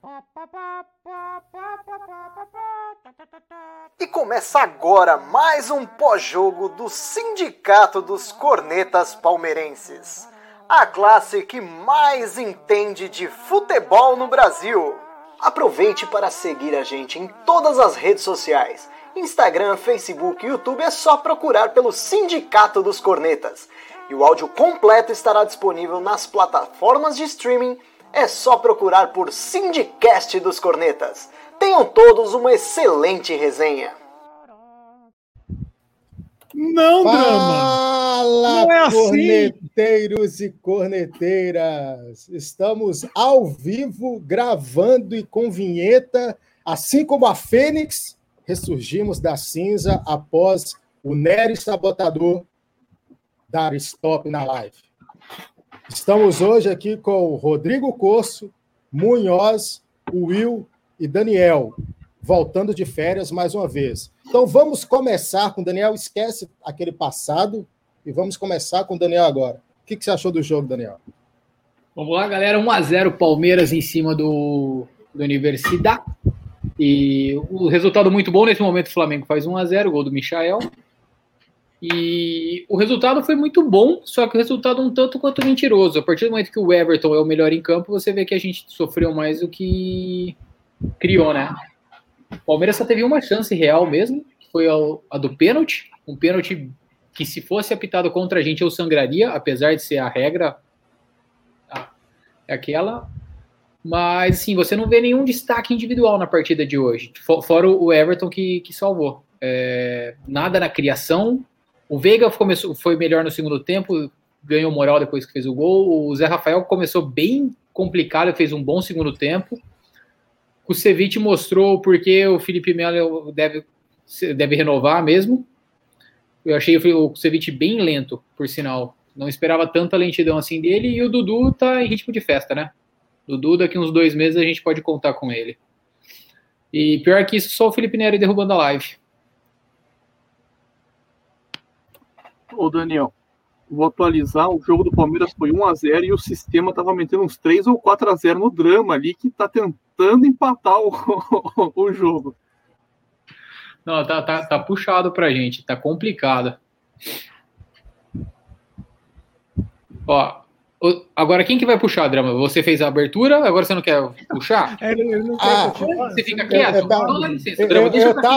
E começa agora mais um pós-jogo do Sindicato dos Cornetas Palmeirenses, a classe que mais entende de futebol no Brasil. Aproveite para seguir a gente em todas as redes sociais. Instagram, Facebook e YouTube é só procurar pelo Sindicato dos Cornetas. E o áudio completo estará disponível nas plataformas de streaming. É só procurar por Sindicast dos Cornetas. Tenham todos uma excelente resenha. Não, Fala, não é assim. Corneteiros e corneteiras! Estamos ao vivo, gravando e com vinheta, assim como a Fênix, ressurgimos da cinza após o Nery Sabotador dar stop na live. Estamos hoje aqui com o Rodrigo Corso, Munhoz, Will e Daniel, voltando de férias mais uma vez. Então vamos começar com o Daniel, esquece aquele passado e vamos começar com o Daniel agora. O que você achou do jogo, Daniel? Vamos lá, galera, 1-0 Palmeiras em cima do Universidade. E o resultado muito bom nesse momento, o Flamengo faz 1-0, gol do Michael. E o resultado foi muito bom, só que o resultado um tanto quanto mentiroso. A partir do momento que o Everton é o melhor em campo, você vê que a gente sofreu mais do que criou, né? O Palmeiras só teve uma chance real mesmo, que foi a do pênalti. Um pênalti que, se fosse apitado contra a gente, eu sangraria, apesar de ser a regra aquela. Mas, assim, você não vê nenhum destaque individual na partida de hoje, fora o Everton que salvou. Nada na criação. O Veiga foi melhor no segundo tempo, ganhou moral depois que fez o gol. O Zé Rafael começou bem complicado, fez um bom segundo tempo. O Kusevich mostrou porque o Felipe Melo deve renovar mesmo. Eu achei o Kusevich bem lento, por sinal. Não esperava tanta lentidão assim dele. E o Dudu tá em ritmo de festa, né? Dudu, daqui uns 2 meses a gente pode contar com ele. E pior que isso, só o Felipe Neri derrubando a live. Ô, Daniel, vou atualizar. O jogo do Palmeiras foi 1-0 e o sistema tava metendo uns 3 ou 4-0 no drama ali, que tá tentando empatar o jogo. Não, tá puxado pra gente, tá complicado. Ó, agora quem que vai puxar, Drama? Você fez a abertura, agora você não quer puxar? Ele não quer continuar. Você fica quieto? Dá licença, Drama.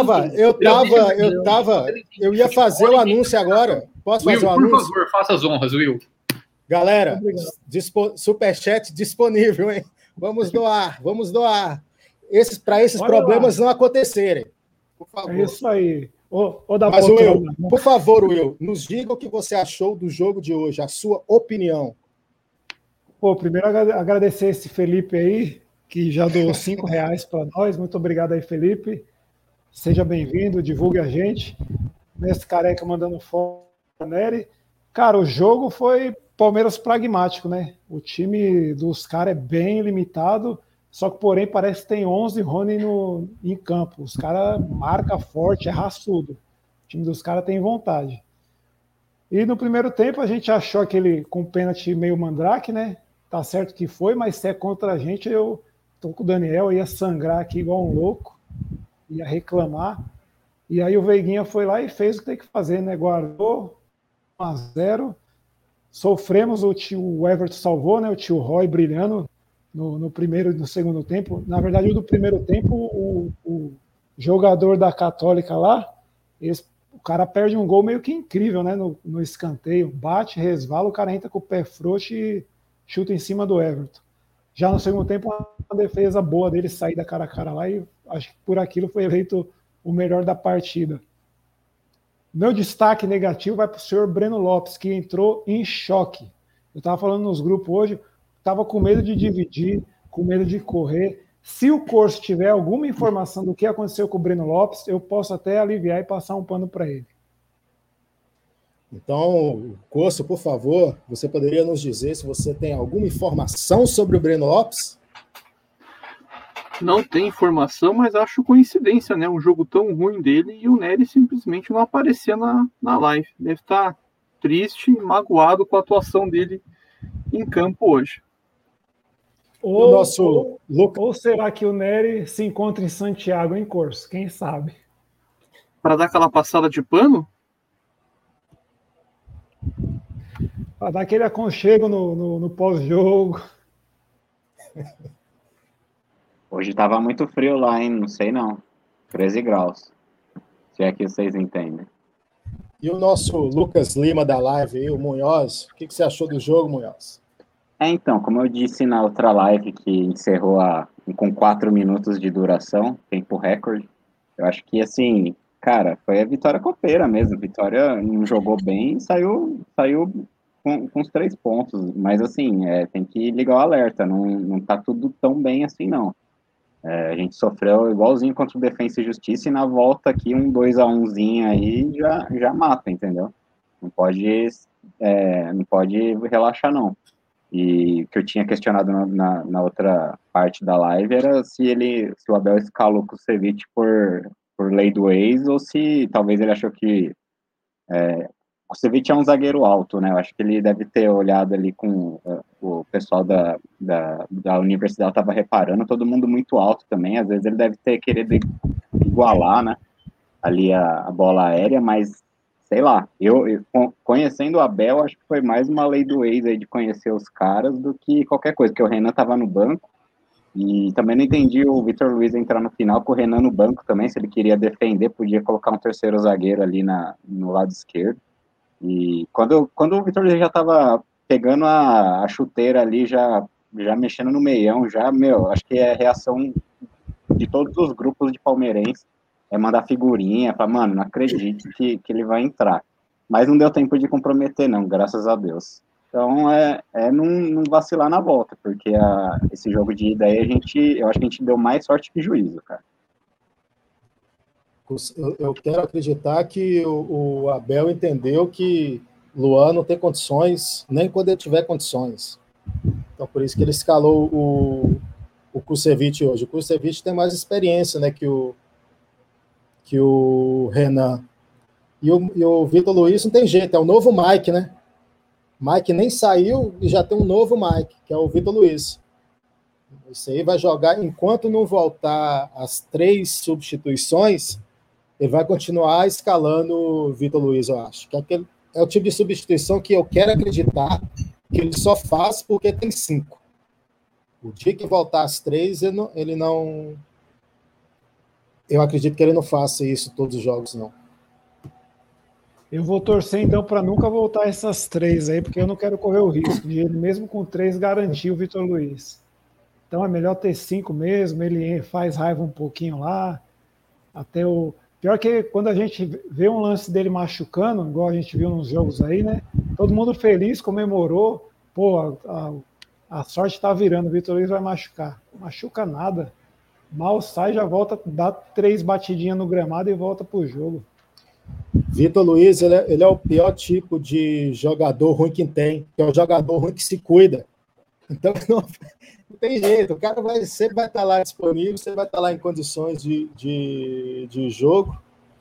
Eu ia fazer o anúncio agora. Posso fazer o anúncio? Por favor, faça as honras, Will. Galera, superchat disponível, hein? Vamos doar. Para esses problemas não acontecerem. Por favor. É isso aí. Mas, Will, por favor, Will, nos diga o que você achou do jogo de hoje, a sua opinião. Pô, primeiro agradecer esse Felipe aí, que já doou R$5 para nós. Muito obrigado aí, Felipe. Seja bem-vindo, divulgue a gente. Mestre Careca mandando fora a Nery. Cara, o jogo foi Palmeiras pragmático, né? O time dos caras é bem limitado, só que, porém, parece que tem 11 Rony em campo. Os caras marcam forte, é raçudo. O time dos caras tem vontade. E no primeiro tempo a gente achou aquele com pênalti meio mandrake, né? Tá certo que foi, mas se é contra a gente, eu tô com o Daniel, ia sangrar aqui igual um louco, ia reclamar. E aí o Veiguinha foi lá e fez o que tem que fazer, né? Guardou 1-0. Sofremos, o Everton salvou, né? O tio Roy brilhando no primeiro e no segundo tempo. Na verdade, no primeiro tempo, o jogador da Católica lá, o cara perde um gol meio que incrível, né? No escanteio. Bate, resvala, o cara entra com o pé frouxo e chuta em cima do Everton. Já no segundo tempo, uma defesa boa dele sair da cara a cara lá e acho que por aquilo foi eleito o melhor da partida. Meu destaque negativo vai para o senhor Breno Lopes, que entrou em choque. Eu estava falando nos grupos hoje, estava com medo de dividir, com medo de correr. Se o Corso tiver alguma informação do que aconteceu com o Breno Lopes, eu posso até aliviar e passar um pano para ele. Então, Corso, por favor, você poderia nos dizer se você tem alguma informação sobre o Breno Lopes? Não tem informação, mas acho coincidência, né? Um jogo tão ruim dele e o Nery simplesmente não aparecer na live. Deve estar triste e magoado com a atuação dele em campo hoje. Ou será que o Nery se encontra em Santiago em curso? Quem sabe? Para dar aquela passada de pano? Para dar aquele aconchego no pós-jogo. Hoje estava muito frio lá, hein? Não sei não. 13 graus. Se é que vocês entendem. E o nosso Lucas Lima da live aí, o Munhoz, o que você achou do jogo, Munhoz? Então, como eu disse na outra live que encerrou com 4 minutos de duração, tempo recorde, eu acho que, assim, cara, foi a vitória copeira mesmo. Vitória não jogou bem e saiu com os 3 pontos. Mas, assim, tem que ligar o alerta. Não tá tudo tão bem assim, não. A gente sofreu igualzinho contra o Defensa e Justiça e na volta aqui um 2-1zinho aí já mata, entendeu? Não pode relaxar, não. E o que eu tinha questionado na outra parte da live era se o Abel escalou com o Kusevich por lei do ex ou se talvez ele achou que o Kusevich é um zagueiro alto, né? Eu acho que ele deve ter olhado ali com o pessoal da universidade estava reparando, todo mundo muito alto também, às vezes ele deve ter querido igualar, né? Ali a bola aérea, mas sei lá, eu conhecendo o Abel, acho que foi mais uma lei do ex aí de conhecer os caras do que qualquer coisa, porque o Renan tava no banco, e também não entendi o Vitor Luiz entrar no final com o Renan no banco também, se ele queria defender, podia colocar um terceiro zagueiro ali no lado esquerdo, e quando o Vitor Luiz já tava pegando a chuteira ali, já mexendo no meião, acho que é reação de todos os grupos de palmeirense, mandar figurinha, mano, não acredito que ele vai entrar. Mas não deu tempo de comprometer, não, graças a Deus. Então, não vacilar na volta, porque esse jogo de ida aí, eu acho que a gente deu mais sorte que juízo, cara. Eu quero acreditar que o Abel entendeu que Luan não tem condições, nem quando ele tiver condições. Então, por isso que ele escalou o Kusevich hoje. O Kusevich tem mais experiência, né, que o Renan. E o Vitor Luiz não tem jeito, é o novo Mike, né? Mike nem saiu e já tem um novo Mike, que é o Vitor Luiz. Isso aí vai jogar, enquanto não voltar as 3 substituições, ele vai continuar escalando o Vitor Luiz, eu acho. Que é o tipo de substituição que eu quero acreditar que ele só faz porque tem 5. O dia que voltar as 3, ele não... Eu acredito que ele não faça isso todos os jogos, não. Eu vou torcer, então, para nunca voltar essas 3 aí, porque eu não quero correr o risco de ele, mesmo com 3, garantir o Vitor Luiz. Então é melhor ter 5 mesmo, ele faz raiva um pouquinho lá, até o... Pior que quando a gente vê um lance dele machucando, igual a gente viu nos jogos aí, né? Todo mundo feliz, comemorou, pô, a sorte tá virando, o Vitor Luiz vai machucar. Machuca nada. Mal sai, já volta, dá 3 batidinhas no gramado e volta pro jogo. Vitor Luiz, ele é o pior tipo de jogador ruim que tem, que é o jogador ruim que se cuida. Então, não tem jeito, o cara sempre vai estar lá disponível, sempre vai estar lá em condições de jogo,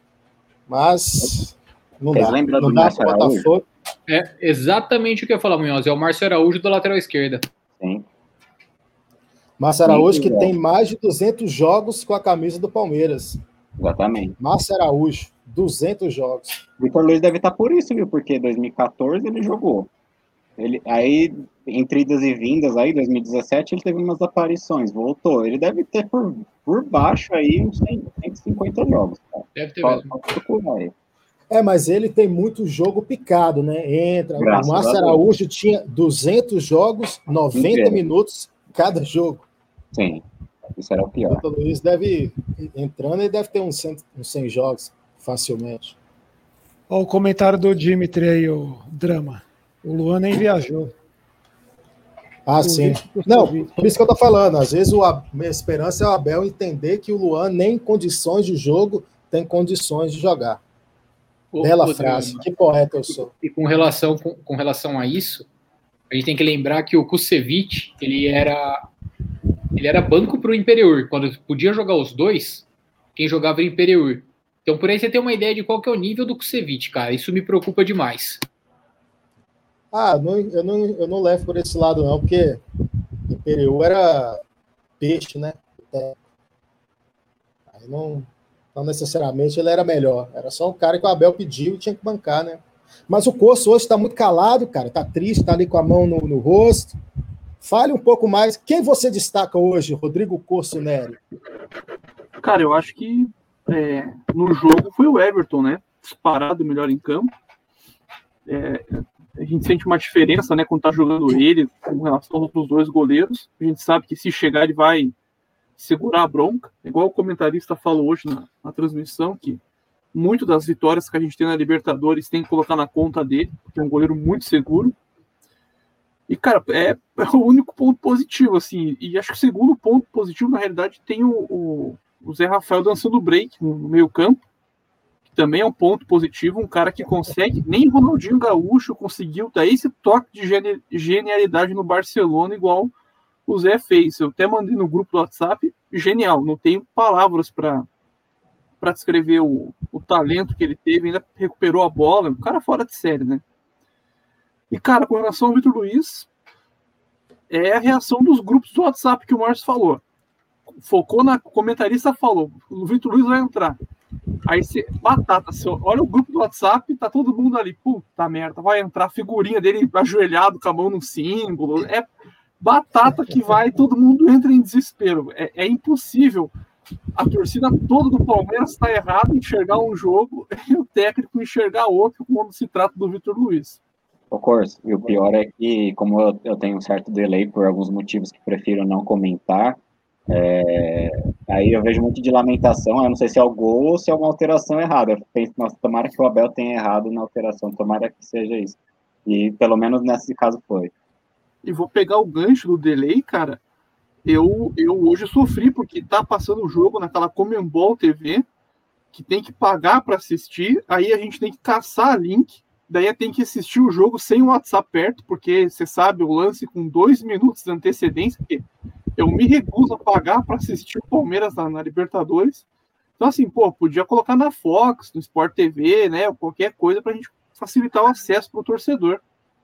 mas não dá. Lembra não do dá Márcio para botar Araújo? fogo. É exatamente o que eu ia falar, Munhoz. É o Márcio Araújo do lateral esquerda. Sim. Márcio Araújo, que tem mais de 200 jogos com a camisa do Palmeiras. Exatamente. Márcio Araújo, 200 jogos. Vitor Luiz deve estar por isso, viu? Porque 2014 ele jogou. Aí, entre idas e vindas, aí, 2017, ele teve umas aparições, voltou. Ele deve ter por baixo aí uns 150 jogos. Cara. Deve ter mesmo. Pode procurar aí. Mas ele tem muito jogo picado, né? Graças o Márcio Araújo tinha 200 jogos, 90 minutos cada jogo. Sim, isso era o O pior. Vitor Luiz deve, entrando, ele deve ter uns 100 jogos, facilmente. Olha o comentário do Dimitri aí, o drama. O Luan nem viajou. Sim. Não, por isso que eu tô falando. Às vezes minha esperança é o Abel entender que o Luan nem em condições de jogo tem condições de jogar. Bela frase, drama. Que poeta eu sou. E com relação a isso, a gente tem que lembrar que o Kusevich, ele era banco para o Imperiur. Quando podia jogar os dois, quem jogava era o Imperiur. Então, por aí você tem uma ideia de qual que é o nível do Kusevich, cara. Isso me preocupa demais. Eu não levo por esse lado, não, porque Imperial era peixe, né? Aí não necessariamente ele era melhor. Era só um cara que o Abel pediu e tinha que bancar, né? Mas o Corso hoje está muito calado, cara. Tá triste, tá ali com a mão no rosto. Fale um pouco mais. Quem você destaca hoje, Rodrigo Corso Nery? Cara, eu acho que no jogo foi o Everton, né? Disparado melhor em campo. A gente sente uma diferença, né, quando tá jogando ele com relação aos outros dois goleiros. A gente sabe que se chegar ele vai segurar a bronca. Igual o comentarista falou hoje na transmissão, que muito das vitórias que a gente tem na Libertadores tem que colocar na conta dele, porque é um goleiro muito seguro. E, cara, é o único ponto positivo, assim. E acho que o segundo ponto positivo, na realidade, tem o Zé Rafael dançando break no meio campo, que também é um ponto positivo, um cara que consegue, nem Ronaldinho Gaúcho conseguiu dar esse toque de genialidade no Barcelona, igual o Zé fez. Eu até mandei no grupo do WhatsApp, genial, não tenho palavras para descrever o talento que ele teve, ainda recuperou a bola, um cara fora de série, né? E, cara, com relação ao Vitor Luiz, é a reação dos grupos do WhatsApp que o Márcio falou. Focou o comentarista falou, o Vitor Luiz vai entrar. Aí você, batata, você olha o grupo do WhatsApp, tá todo mundo ali, puta merda, vai entrar a figurinha dele ajoelhado com a mão no símbolo. É batata que vai, todo mundo entra em desespero. É impossível a torcida toda do Palmeiras estar errada em enxergar um jogo e o técnico enxergar outro quando se trata do Vitor Luiz. Ô, Corso, e o pior é que, como eu tenho um certo delay por alguns motivos que prefiro não comentar, aí eu vejo muito de lamentação, eu não sei se é o gol ou se é uma alteração errada. Eu penso, nossa, tomara que o Abel tenha errado na alteração, tomara que seja isso. E pelo menos nesse caso foi. E vou pegar o gancho do delay, cara. Eu hoje sofri, porque tá passando o jogo naquela Comembol TV, que tem que pagar para assistir, aí a gente tem que caçar link, daí tem que assistir o jogo sem o WhatsApp perto, porque você sabe, o lance com 2 minutos de antecedência, porque eu me recuso a pagar para assistir o Palmeiras na Libertadores. Então, assim, podia colocar na Fox, no Sport TV, né, qualquer coisa pra gente facilitar o acesso pro torcedor.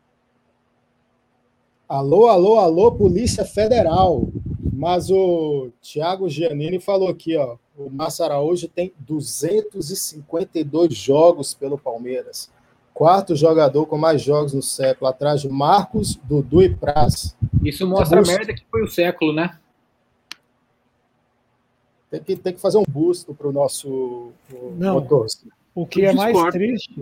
Alô, alô, alô, Polícia Federal. Mas o Thiago Giannini falou aqui, ó, o Márcio Araújo tem 252 jogos pelo Palmeiras. 4º jogador com mais jogos no século, atrás de Marcos, Dudu e Praz. Isso mostra a merda que foi o século, né? Tem que fazer um busto para o nosso motor. O que é mais triste...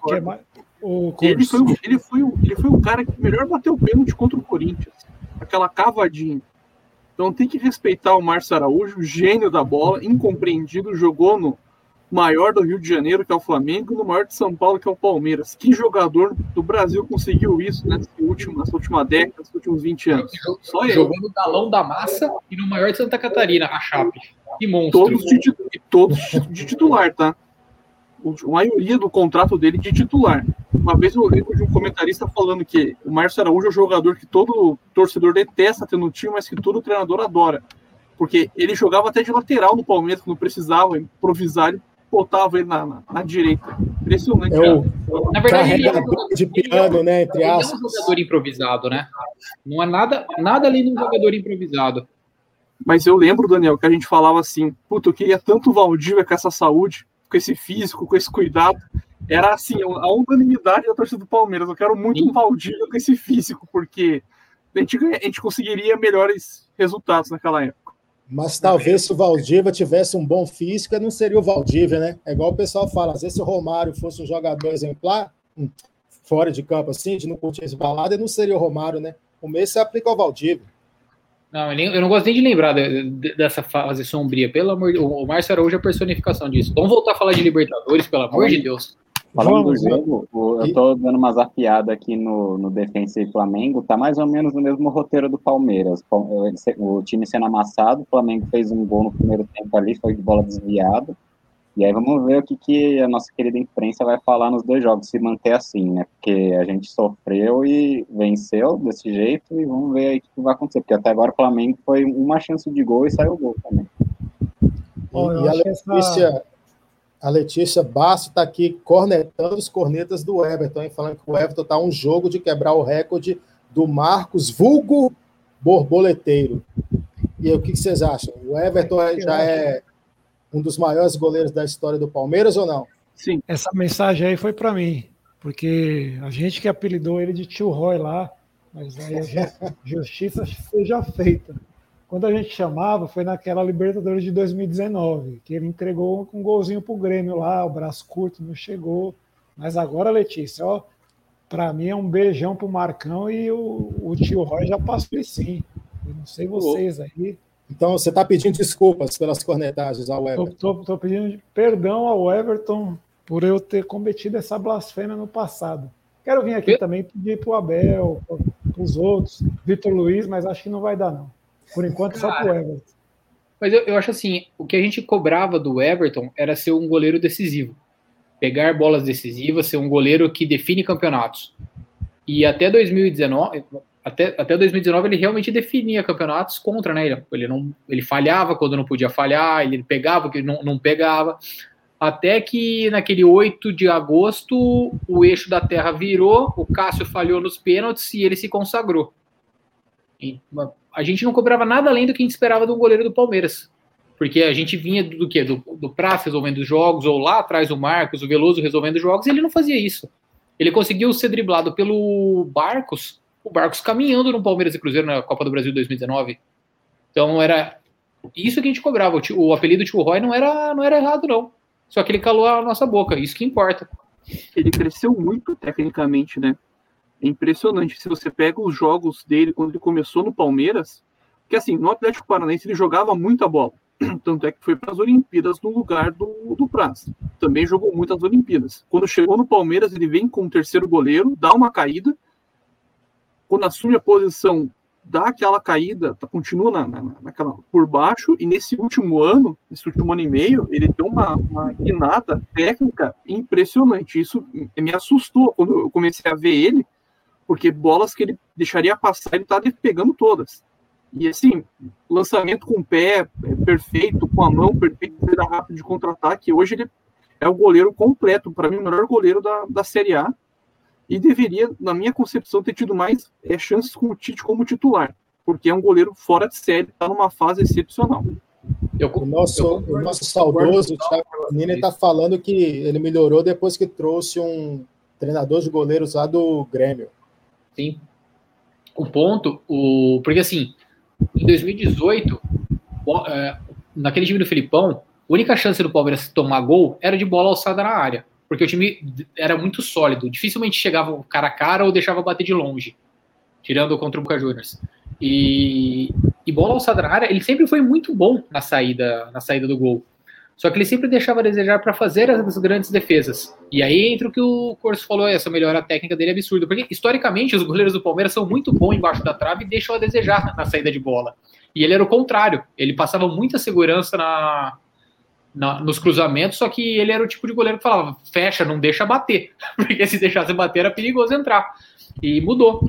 Ele foi o cara que melhor bateu o pênalti contra o Corinthians. Aquela cavadinha. Então tem que respeitar o Márcio Araújo, gênio da bola, incompreendido, jogou no maior do Rio de Janeiro, que é o Flamengo, e no maior de São Paulo, que é o Palmeiras. Que jogador do Brasil conseguiu isso nessa última década, nesses últimos 20 anos? Só ele. Jogou no Galão da Massa e no maior de Santa Catarina, a Chape. Que monstro. Todos de titular, tá? A maioria do contrato dele de titular. Uma vez eu lembro de um comentarista falando que o Márcio Araújo é um jogador que todo torcedor detesta ter no time, mas que todo treinador adora. Porque ele jogava até de lateral no Palmeiras, quando precisava improvisar, ele botava ele na direita. Impressionante. Na verdade, ele é um de piano, né? Entre aspas. Ele é um jogador improvisado, né? Não é nada ali num jogador improvisado. Mas eu lembro, Daniel, que a gente falava assim, puta, eu queria tanto o Valdívia com essa saúde, com esse físico, com esse cuidado. Era assim, a unanimidade da torcida do Palmeiras. Eu quero muito um Valdívia com esse físico, porque a gente conseguiria melhores resultados naquela época. Mas talvez se o Valdívia tivesse um bom físico, não seria o Valdívia, né? É igual o pessoal fala, às vezes se o Romário fosse um jogador exemplar, fora de campo assim, de não curtir esse balada, não seria o Romário, né? O mês se aplica ao Valdívia. Não, eu não gosto nem de lembrar dessa fase sombria. Pelo amor de Deus, o Márcio Araújo é a personificação disso. Vamos voltar a falar de Libertadores, pelo amor de Deus. Falando do jogo, eu tô dando uma zapiada aqui no Defensa e Flamengo, tá mais ou menos no mesmo roteiro do Palmeiras. O time sendo amassado, o Flamengo fez um gol no primeiro tempo ali, foi de bola desviada. E aí vamos ver o que a nossa querida imprensa vai falar nos 2 jogos, se manter assim, né? Porque a gente sofreu e venceu desse jeito, e vamos ver aí o que vai acontecer. Porque até agora o Flamengo foi uma chance de gol e saiu o gol também. A Letícia Basso está aqui cornetando os cornetas do Everton, hein, falando que o Everton está um jogo de quebrar o recorde do Marcos, vulgo borboleteiro. E aí, o que vocês acham? O Everton já é um dos maiores goleiros da história do Palmeiras ou não? Sim. Essa mensagem aí foi para mim, porque a gente que apelidou ele de Tio Roy lá, mas aí a justiça seja feita. Quando a gente chamava, foi naquela Libertadores de 2019, que ele entregou um golzinho pro Grêmio lá, o braço curto, não chegou. Mas agora, Letícia, ó, para mim é um beijão pro Marcão e o Tio Roy já passou sim. Eu não sei vocês aí. Então você está pedindo desculpas pelas cornetagens ao Everton. Estou pedindo perdão ao Everton por eu ter cometido essa blasfêmia no passado. Quero vir aqui também pedir para o Abel, para os outros, Vitor Luiz, mas acho que não vai dar, não. Por enquanto, só para o Everton. Mas eu acho assim, o que a gente cobrava do Everton era ser um goleiro decisivo. Pegar bolas decisivas, ser um goleiro que define campeonatos. E até 2019... Até 2019 ele realmente definia campeonatos contra, né? Ele falhava quando não podia falhar, ele pegava que não pegava. Até que naquele 8 de agosto o eixo da terra virou, o Cássio falhou nos pênaltis e ele se consagrou. E a gente não cobrava nada além do que a gente esperava do goleiro do Palmeiras. Porque a gente vinha do quê? Do Praz resolvendo os jogos, ou lá atrás o Marcos, o Veloso resolvendo os jogos, e ele não fazia isso. Ele conseguiu ser driblado pelo Barcos, o Barcos caminhando no Palmeiras e Cruzeiro na Copa do Brasil 2019. Então era isso que a gente cobrava. O apelido Tio Roy não era errado, não. Só que ele calou a nossa boca, isso que importa. Ele cresceu muito tecnicamente, né? É impressionante. Se você pega os jogos dele quando ele começou no Palmeiras, que assim, no Atlético Paranaense ele jogava muita bola. Tanto é que foi para as Olimpíadas no lugar do Praz. Também jogou muitas Olimpíadas. Quando chegou no Palmeiras, ele vem como terceiro goleiro, dá uma caída. Quando assume a posição, dá aquela caída, continua naquela, por baixo, e nesse último ano e meio, ele deu uma guinada técnica impressionante. Isso me assustou quando eu comecei a ver ele, porque bolas que ele deixaria passar, ele estava pegando todas. E assim, lançamento com o pé perfeito, com a mão perfeita, saída rápida de contra-ataque. Hoje ele é o goleiro completo, para mim, o melhor goleiro da Série A. E deveria, na minha concepção, ter tido mais chances com o Tite como titular, porque é um goleiro fora de série, está numa fase excepcional. O nosso saudoso Thiago Nini está falando que ele melhorou depois que trouxe um treinador de goleiros lá do Grêmio. Sim. O ponto, porque assim, em 2018, naquele time do Filipão, a única chance do Palmeiras tomar gol era de bola alçada na área. Porque o time era muito sólido, dificilmente chegava cara a cara ou deixava bater de longe, tirando contra o Boca Juniors. E bola alçada na área, ele sempre foi muito bom na saída do gol. Só que ele sempre deixava a desejar para fazer as grandes defesas. E aí entra o que o Corso falou, essa melhora técnica dele é absurda. Porque, historicamente, os goleiros do Palmeiras são muito bons embaixo da trave e deixam a desejar na saída de bola. E ele era o contrário. Ele passava muita segurança nos cruzamentos, só que ele era o tipo de goleiro que falava, fecha, não deixa bater, porque se deixasse bater era perigoso entrar, e mudou.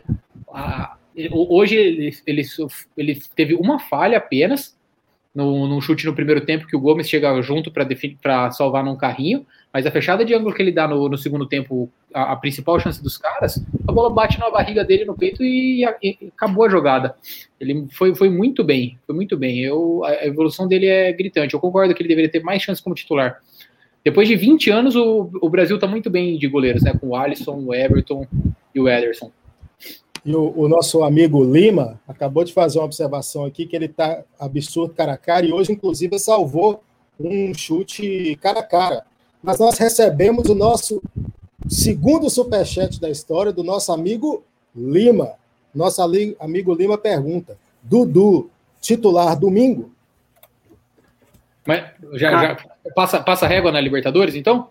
Hoje ele teve uma falha apenas, num chute no primeiro tempo, que o Gomes chega junto para salvar num carrinho, mas a fechada de ângulo que ele dá no segundo tempo, a principal chance dos caras, a bola bate na barriga dele, no peito, e acabou a jogada. Ele foi muito bem, a evolução dele é gritante. Eu concordo que ele deveria ter mais chance como titular. Depois de 20 anos, o Brasil está muito bem de goleiros, né? Com o Alisson, o Everton e o Ederson. E o nosso amigo Lima acabou de fazer uma observação aqui, que ele está absurdo cara a cara, e hoje, inclusive, salvou um chute cara a cara. Mas nós recebemos o nosso segundo superchat da história do nosso amigo Lima. Nosso amigo Lima pergunta: Dudu, titular domingo? Mas já passa régua na Libertadores, então?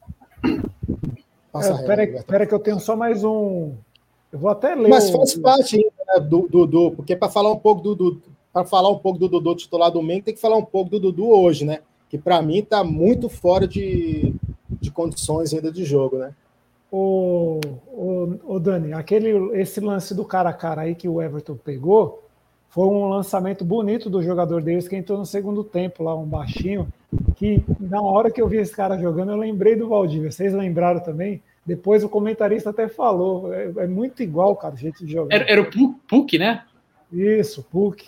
Espera que eu tenho só mais um. Eu vou até ler. Mas faz parte ainda, né, do Dudu, porque para falar um pouco do Dudu titular domingo, tem que falar um pouco do Dudu hoje, né? Que para mim está muito fora de condições ainda de jogo, né? O Dani, esse lance do cara a cara aí que o Everton pegou foi um lançamento bonito do jogador deles que entrou no segundo tempo lá, um baixinho, que na hora que eu vi esse cara jogando eu lembrei do Valdívia. Vocês lembraram também? Depois o comentarista até falou, é muito igual, cara, o jeito de jogar. Era o Puck, né? Isso, Puck.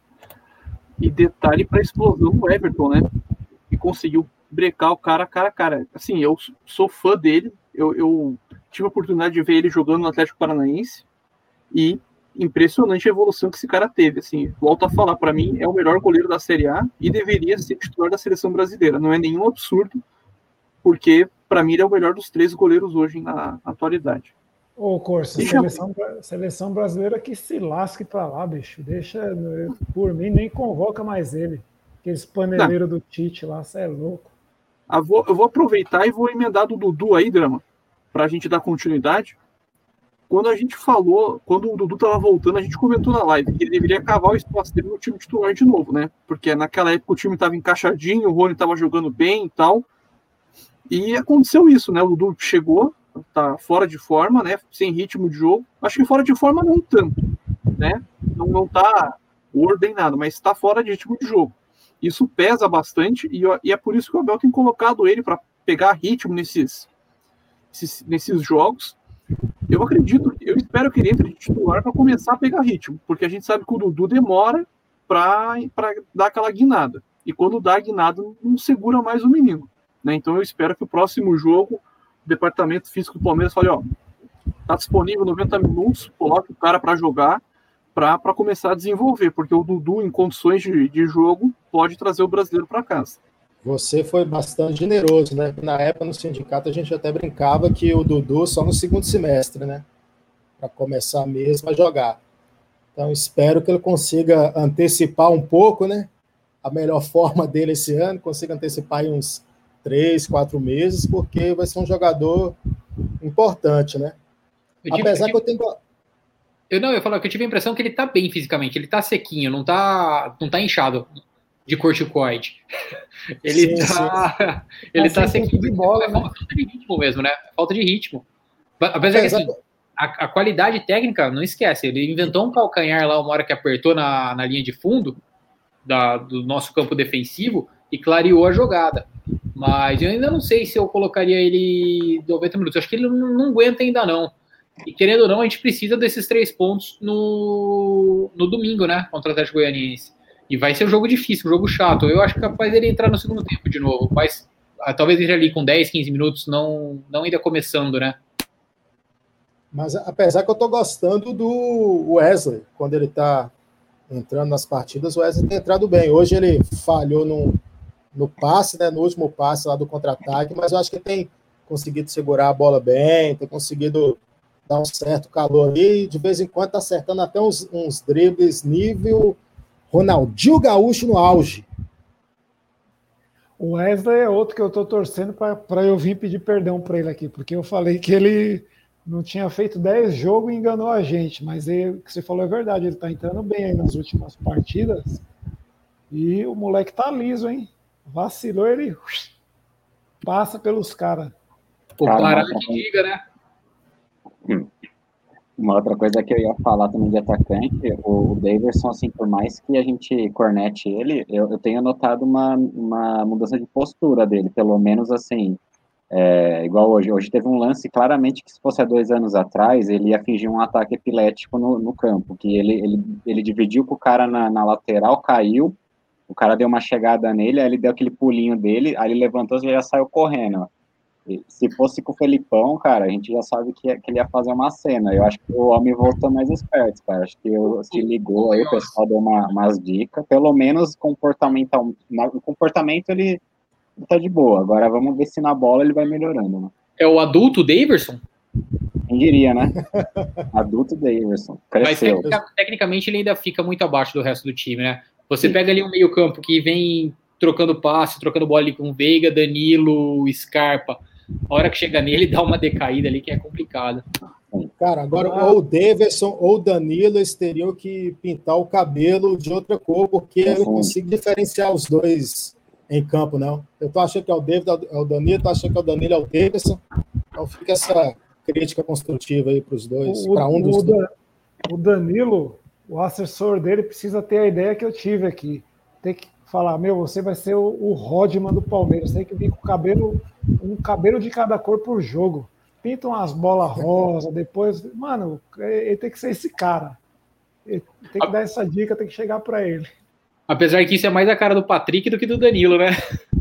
E detalhe para a explosão do Everton, né? E conseguiu brecar o cara a cara. Assim, eu sou fã dele. Eu tive a oportunidade de ver ele jogando no Atlético Paranaense e impressionante a evolução que esse cara teve. Assim, volto a falar, para mim é o melhor goleiro da Série A e deveria ser titular da seleção brasileira. Não é nenhum absurdo, porque para mim ele é o melhor dos 3 goleiros hoje na atualidade. Ô, Corsa, seleção brasileira que se lasque pra lá, bicho. Deixa, por mim, nem convoca mais ele. Aqueles paneleiros do Tite lá, você é louco. Eu vou aproveitar e vou emendar do Dudu aí, Drama, pra gente dar continuidade. Quando o Dudu tava voltando, a gente comentou na live que ele deveria cavar o espaço dele no time titular de novo, né? Porque naquela época o time tava encaixadinho, o Rony tava jogando bem e tal. E aconteceu isso, né? O Dudu chegou, tá fora de forma, né? Sem ritmo de jogo. Acho que fora de forma não tanto, né? Não tá ordenado, mas está fora de ritmo de jogo. Isso pesa bastante e é por isso que o Abel tem colocado ele para pegar ritmo nesses jogos. Eu espero que ele entre de titular para começar a pegar ritmo, porque a gente sabe que o Dudu demora para dar aquela guinada. E quando dá a guinada, não segura mais o menino, né? Então eu espero que o próximo jogo o departamento físico do Palmeiras fale, tá disponível 90 minutos, coloque o cara para jogar, para começar a desenvolver, porque o Dudu, em condições de jogo, pode trazer o brasileiro para casa. Você foi bastante generoso, né? Na época, no sindicato, a gente até brincava que o Dudu só no segundo semestre, né? Para começar mesmo a jogar. Então, espero que ele consiga antecipar um pouco, né? A melhor forma dele esse ano, consiga antecipar em uns 3, 4 meses, porque vai ser um jogador importante, né? Apesar que eu tenho... Eu ia falar que eu tive a impressão que ele tá bem fisicamente, ele tá sequinho, não tá inchado de corticoide. Ele tá sequinho de bola, né? Falta de ritmo mesmo, né? Falta de ritmo. Apesar que assim, a qualidade técnica, não esquece, ele inventou um calcanhar lá uma hora que apertou na linha de fundo do nosso campo defensivo e clareou a jogada. Mas eu ainda não sei se eu colocaria ele 90 minutos. Eu acho que ele não aguenta ainda não. E querendo ou não, a gente precisa desses 3 pontos no domingo, né? Contra o Atlético Goianiense. E vai ser um jogo difícil, um jogo chato. Eu acho capaz dele entrar no segundo tempo de novo. Mas talvez entre ali com 10, 15 minutos, não ainda começando, né? Mas apesar que eu tô gostando do Wesley, quando ele tá entrando nas partidas, o Wesley tem entrado bem. Hoje ele falhou no passe, né? No último passe lá do contra-ataque, mas eu acho que ele tem conseguido segurar a bola bem, tem conseguido dar um certo calor ali, de vez em quando tá acertando até uns dribles nível Ronaldinho Gaúcho no auge. O Wesley é outro que eu tô torcendo para eu vir pedir perdão para ele aqui, porque eu falei que ele não tinha feito 10 jogos e enganou a gente, mas o que você falou é verdade, ele tá entrando bem aí nas últimas partidas e o moleque tá liso, hein? Vacilou, ele passa pelos caras. O Pará que diga, né? Uma outra coisa que eu ia falar também de atacante, o Daverson, assim, por mais que a gente cornete ele, eu tenho notado uma mudança de postura dele, pelo menos assim, igual hoje. Hoje teve um lance claramente que se fosse há 2 anos atrás, ele ia fingir um ataque epilético no campo, que ele dividiu com o cara na lateral, caiu, o cara deu uma chegada nele, aí ele deu aquele pulinho dele, aí ele levantou e já saiu correndo. Se fosse com o Felipão, cara, a gente já sabe que ele ia fazer uma cena. Eu acho que o homem voltou mais esperto, cara. Acho que se ligou aí, o pessoal deu umas dicas. Pelo menos o comportamento ele tá de boa. Agora vamos ver se na bola ele vai melhorando, né? É o adulto Daverson? Quem diria, né? Adulto Daverson. Cresceu. Mas tecnicamente ele ainda fica muito abaixo do resto do time, né? Você pega ali um meio campo que vem trocando passe, trocando bola ali com Veiga, Danilo, Scarpa. A hora que chega nele, dá uma decaída ali que é complicado. Cara, agora ou o Daverson ou o Danilo, eles teriam que pintar o cabelo de outra cor, porque eu não consigo diferenciar os dois em campo, não. Eu tô achando que é o David, é o Danilo, tô achando que é o Danilo, é o Daverson. Então fica essa crítica construtiva aí para os dois, para um dos dois. O Danilo, o assessor dele precisa ter a ideia que eu tive aqui. Tem que falar, você vai ser o Rodman do Palmeiras, tem que vir com um cabelo de cada cor por jogo. Pinta umas bolas rosa, depois... Mano, ele tem que ser esse cara. Tem que dar essa dica, tem que chegar para ele. Apesar que isso é mais a cara do Patrick do que do Danilo, né?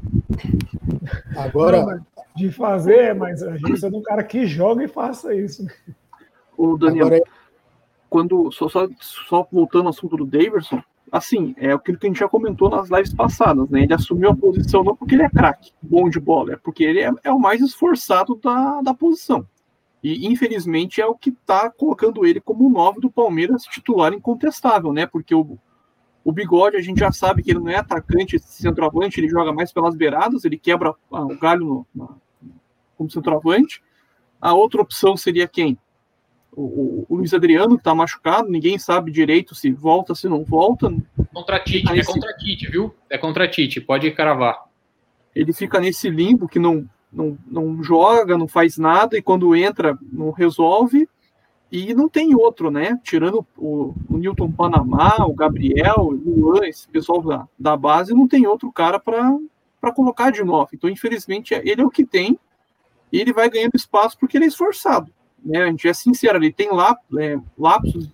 Agora, Não, de fazer, mas a gente precisa de um cara que joga e faça isso. O Daniel, agora quando só voltando ao assunto do Daverson, assim, é aquilo que a gente já comentou nas lives passadas, né? Ele assumiu a posição não porque ele é craque, bom de bola, é porque ele é o mais esforçado da posição. E, infelizmente, é o que está colocando ele como o 9 do Palmeiras titular incontestável, né? Porque o Bigode, a gente já sabe que ele não é atacante, centroavante, ele joga mais pelas beiradas, ele quebra o galho como centroavante. A outra opção seria quem? O Luiz Adriano, que está machucado, ninguém sabe direito se volta, se não volta. Contra Tite, é contra Tite, viu? É contra Tite, pode cravar. Ele fica nesse limbo que não joga, não faz nada, e quando entra, não resolve. E não tem outro, né? Tirando o Newton Panamá, o Gabriel, o Luan, esse pessoal da base, não tem outro cara para colocar de novo. Então, infelizmente, ele é o que tem, e ele vai ganhando espaço porque ele é esforçado. Né? A gente é sincero, ele tem lapsos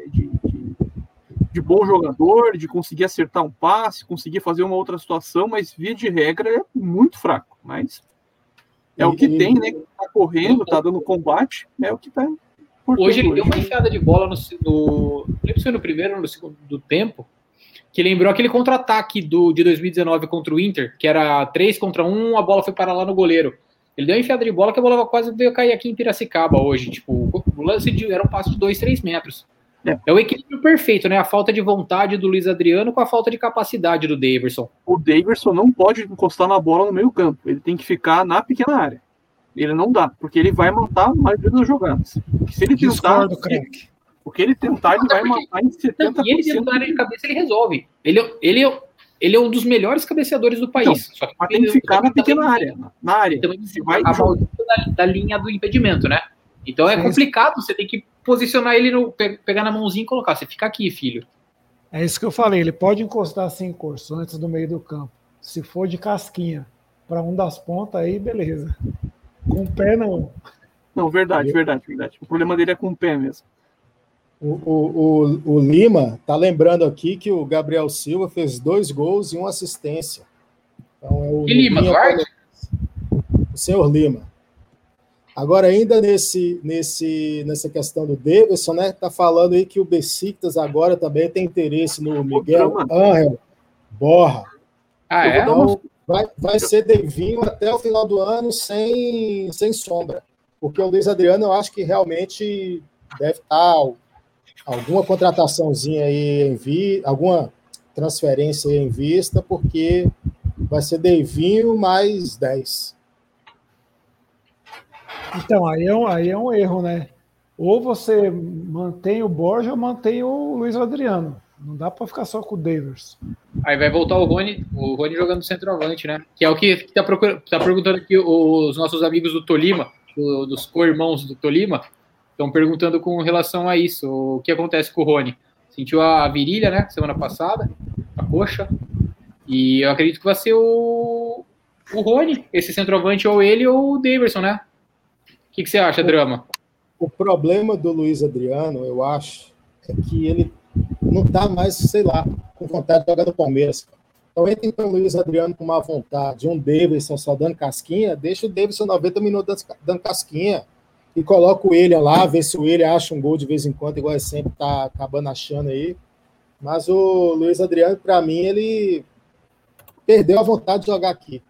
de bom jogador, de conseguir acertar um passe, conseguir fazer uma outra situação, mas, via de regra, é muito fraco. Mas é o que tem, né? Tá correndo, tá dando combate, é o que tá. Hoje ele deu uma enfiada de bola não lembro se foi no primeiro ou no segundo tempo, que lembrou aquele contra-ataque de 2019 contra o Inter, que era 3 contra 1, a bola foi parar lá no goleiro. Ele deu uma enfiada de bola que a bola quase veio cair aqui em Piracicaba hoje. Tipo, o lance era um passo de 2-3 metros. É o equilíbrio perfeito, né? A falta de vontade do Luiz Adriano com a falta de capacidade do Daverson. O Daverson não pode encostar na bola no meio campo, ele tem que ficar na pequena área. Ele não dá, porque ele vai matar mais das jogadas. Se ele tentar, o que ele tentar, ele vai matar em 70%. E ele tentar de cabeça, ele resolve. Ele é um dos melhores cabeceadores do país. Só que tem que ficar na pequena área. Na área. Então, se vai a da linha do impedimento, né? Então é complicado, você tem que posicionar ele, pegar na mãozinha e colocar. Você fica aqui, filho. É isso que eu falei, ele pode encostar 5 antes do meio do campo. Se for de casquinha para um das pontas, aí beleza. Com o pé, não. Não, verdade. O problema dele é com o pé mesmo. O Lima tá lembrando aqui que o Gabriel Silva fez 2 gols e 1 assistência. Então, é o Lima, Duarte? O senhor Lima. Agora, ainda nessa questão do Daverson, né? Tá falando aí que o Besiktas agora também tem interesse no Miguel Ángel Borja. Então, vai ser Devinho até o final do ano sem sombra. Porque o Luiz Adriano, eu acho que realmente deve estar alguma contrataçãozinha aí alguma transferência aí em vista, porque vai ser Devinho mais 10. Então, aí é um erro, né? Ou você mantém o Borja ou mantém o Luiz Adriano. Não dá para ficar só com o Daverson. Aí vai voltar o Rony jogando centroavante, né? Que é o que tá perguntando aqui os nossos amigos do Tolima, dos co-irmãos do Tolima, estão perguntando com relação a isso. O que acontece com o Rony? Sentiu a virilha, né? Semana passada, a coxa. E eu acredito que vai ser o Rony, esse centroavante, ou ele ou o Daverson, né? O que você acha, Drama? O problema do Luiz Adriano, eu acho, é que ele não está mais, sei lá, com vontade de jogar no Palmeiras. Então, entre o Luiz Adriano com má vontade, um Davidson só dando casquinha, deixa o Davidson 90 minutos dando casquinha e coloca o William lá, vê se o William acha um gol de vez em quando, igual ele sempre está acabando achando aí. Mas o Luiz Adriano, para mim, ele perdeu a vontade de jogar aqui.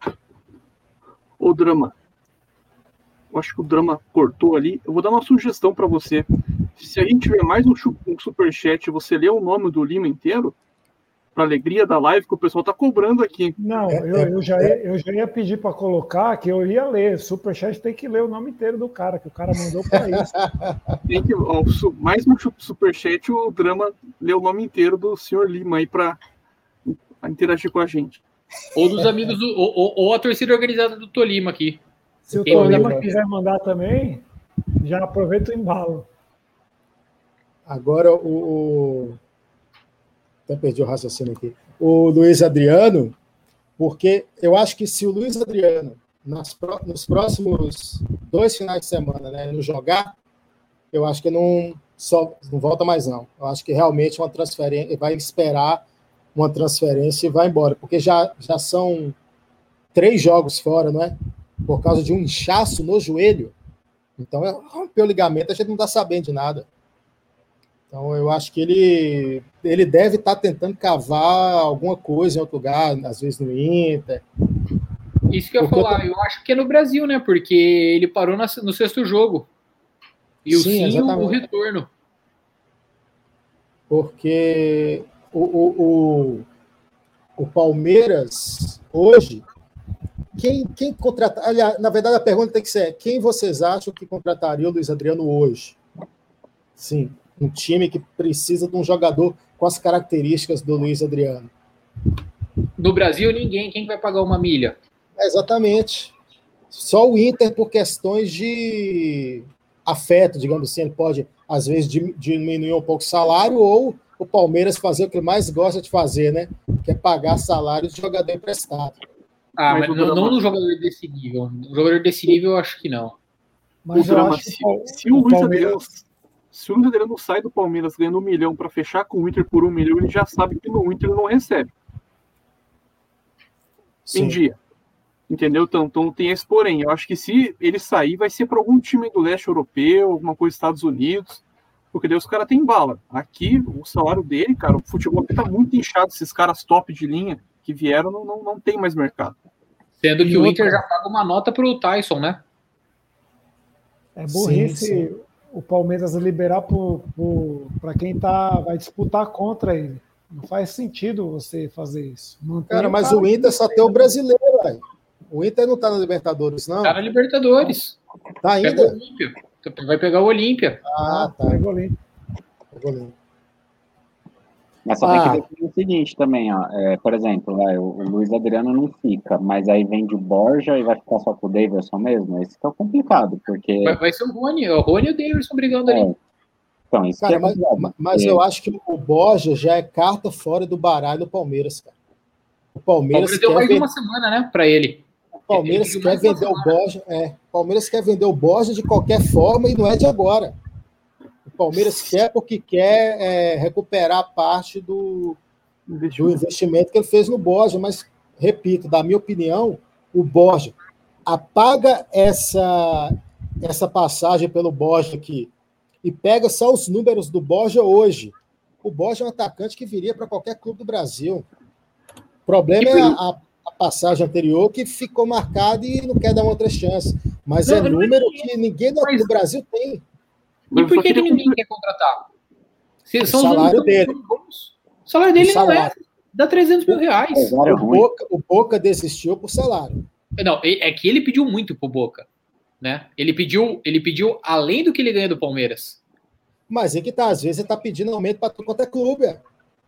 O Drama. Eu acho que o Drama cortou ali. Eu vou dar uma sugestão para você. Se a gente tiver mais um superchat, você lê o nome do Lima inteiro, para alegria da live, que o pessoal tá cobrando aqui. Não, eu já ia pedir para colocar, que eu ia ler. Superchat tem que ler o nome inteiro do cara, que o cara mandou para isso. Tem que, mais um superchat, o Drama lê o nome inteiro do senhor Lima aí para interagir com a gente. Ou dos amigos, ou a torcida organizada do Tolima aqui. Se o Tolima quiser mandar também, já aproveita o embalo. Agora, até perdi o raciocínio aqui. O Luiz Adriano, porque eu acho que se o Luiz Adriano, nos próximos 2 finais de semana, né, não jogar, eu acho que não só não volta mais não. Eu acho que realmente uma transferência, vai esperar uma transferência e vai embora, porque já são 3 jogos fora, não é? Por causa de um inchaço no joelho. Então, rompeu o ligamento, a gente não está sabendo de nada. Então, eu acho que ele deve estar tentando cavar alguma coisa em outro lugar, às vezes no Inter. Isso que eu ia falar, eu acho que é no Brasil, né? Porque ele parou no 6º jogo. E sim, o retorno. Porque o Palmeiras, hoje, quem contratar... Aliás, na verdade, a pergunta tem que ser: quem vocês acham que contrataria o Luiz Adriano hoje? Sim, um time que precisa de um jogador com as características do Luiz Adriano. No Brasil, ninguém. Quem vai pagar uma milha? Exatamente. Só o Inter, por questões de afeto, digamos assim, ele pode, às vezes, diminuir um pouco o salário, ou o Palmeiras fazer o que mais gosta de fazer, né? Que é pagar salários de jogador emprestado. Mas não no jogador desse nível. No jogador desse nível, eu acho que não. Mas eu acho que se o Luiz Adriano sai do Palmeiras ganhando 1 milhão para fechar com o Inter por 1 milhão, ele já sabe que no Inter ele não recebe. Sim. Em dia. Entendeu? Então tem esse porém. Eu acho que se ele sair, vai ser para algum time do leste europeu, alguma coisa dos Estados Unidos, porque daí os caras têm bala. Aqui, o salário dele, cara, o futebol aqui tá muito inchado, esses caras top de linha que vieram, não tem mais mercado. Sendo que o Inter já paga uma nota pro Tyson, né? É burrice o Palmeiras liberar para quem vai disputar contra ele. Não faz sentido você fazer isso. Cara, mas o Inter só tem o brasileiro, velho. O Inter não tá na Libertadores, não? Tá na Libertadores. Tá ainda? Vai pegar o Olímpia. Tá. Pegou o Olímpia. Mas só tem que ver o seguinte também, ó. Por exemplo, o Luiz Adriano não fica, mas aí vende o Borja e vai ficar só com o Daverson mesmo? Esse que é complicado, porque... Vai ser o Rony e o Daverson brigando ali. Então, isso cara, que é mas eu acho que o Borja já é carta fora do baralho do Palmeiras, cara. O Palmeiras deu mais de uma semana, né, pra ele. O Palmeiras quer vender o Borja. O Palmeiras quer vender o Borja de qualquer forma e não é de agora. O Palmeiras quer porque quer recuperar parte do investimento que ele fez no Borja. Mas, repito, da minha opinião, o Borja apaga essa passagem pelo Borja aqui e pega só os números do Borja hoje. O Borja é um atacante que viria para qualquer clube do Brasil. O problema é a passagem anterior que ficou marcada e não quer dar uma outra chance. Mas é número que ninguém do Brasil tem. E por que ninguém quer contratar? O salário dele. O salário dele não dá 300 mil reais. O Boca desistiu por salário. Não, é que ele pediu muito pro Boca. Né? Ele pediu além do que ele ganha do Palmeiras. Mas é que tá, às vezes ele tá pedindo aumento para tudo quanto é clube.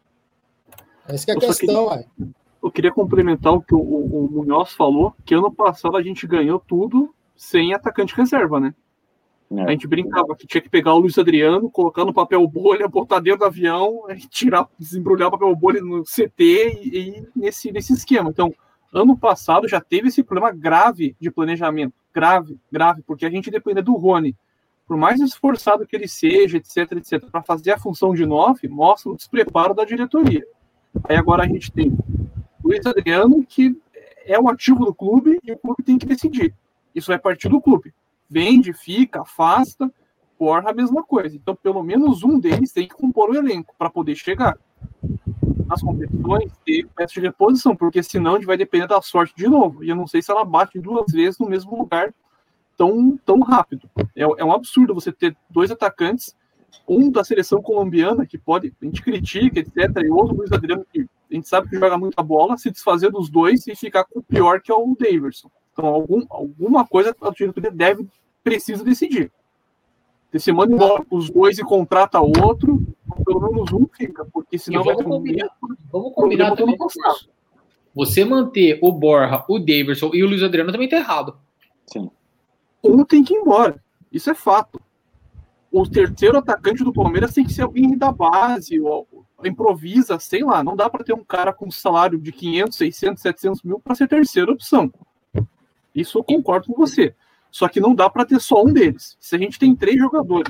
Essa que é a questão, eu queria complementar o que o Munhoz falou, que ano passado a gente ganhou tudo sem atacante reserva, né? A gente brincava que tinha que pegar o Luiz Adriano, colocar no papel bolha, botar dentro do avião, desembrulhar o papel bolha no CT e ir nesse esquema. Então, ano passado já teve esse problema grave de planejamento. Grave, porque a gente depende do Rony. Por mais esforçado que ele seja, etc, para fazer a função de 9, mostra o despreparo da diretoria. Aí agora a gente tem o Luiz Adriano, que é o ativo do clube, e o clube tem que decidir. Isso vai partir do clube. Vende, fica, afasta, Borja a mesma coisa. Então, pelo menos um deles tem que compor o elenco para poder chegar nas competições, ter peça de reposição, porque senão a gente vai depender da sorte de novo. E eu não sei se ela bate 2 vezes no mesmo lugar tão rápido. É um absurdo você ter 2 atacantes, um da seleção colombiana, que pode, a gente critica, etc., e o outro Luiz Adriano, que a gente sabe que joga muita bola, se desfazer dos 2 e ficar com o pior, que é o Daverson. Então, alguma coisa a diretoria precisa decidir. Você manda embora os 2 e contrata outro, pelo menos um fica, porque senão vai ter Vamos combinar também com isso. Você manter o Borja, o Daverson e o Luiz Adriano também tá errado. Sim. Um tem que ir embora. Isso é fato. O terceiro atacante do Palmeiras tem que ser alguém da base, ou improvisa, sei lá. Não dá para ter um cara com salário de 500, 600, 700 mil para ser terceira opção. Isso eu concordo com você. Só que não dá para ter só um deles. Se a gente tem 3 jogadores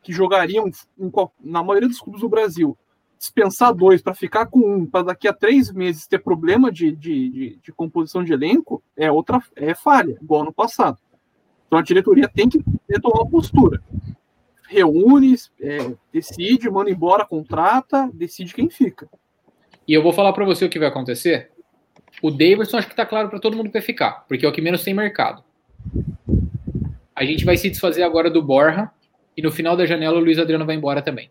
que jogariam na maioria dos clubes do Brasil, dispensar 2 para ficar com 1, para daqui a 3 meses ter problema de composição de elenco, é falha, igual no passado. Então a diretoria tem que tomar uma postura. Reúne, decide, manda embora, contrata, decide quem fica. E eu vou falar para você o que vai acontecer. O Davidson acho que tá claro para todo mundo que vai ficar, porque é o que menos tem mercado. A gente vai se desfazer agora do Borja, e no final da janela o Luiz Adriano vai embora também.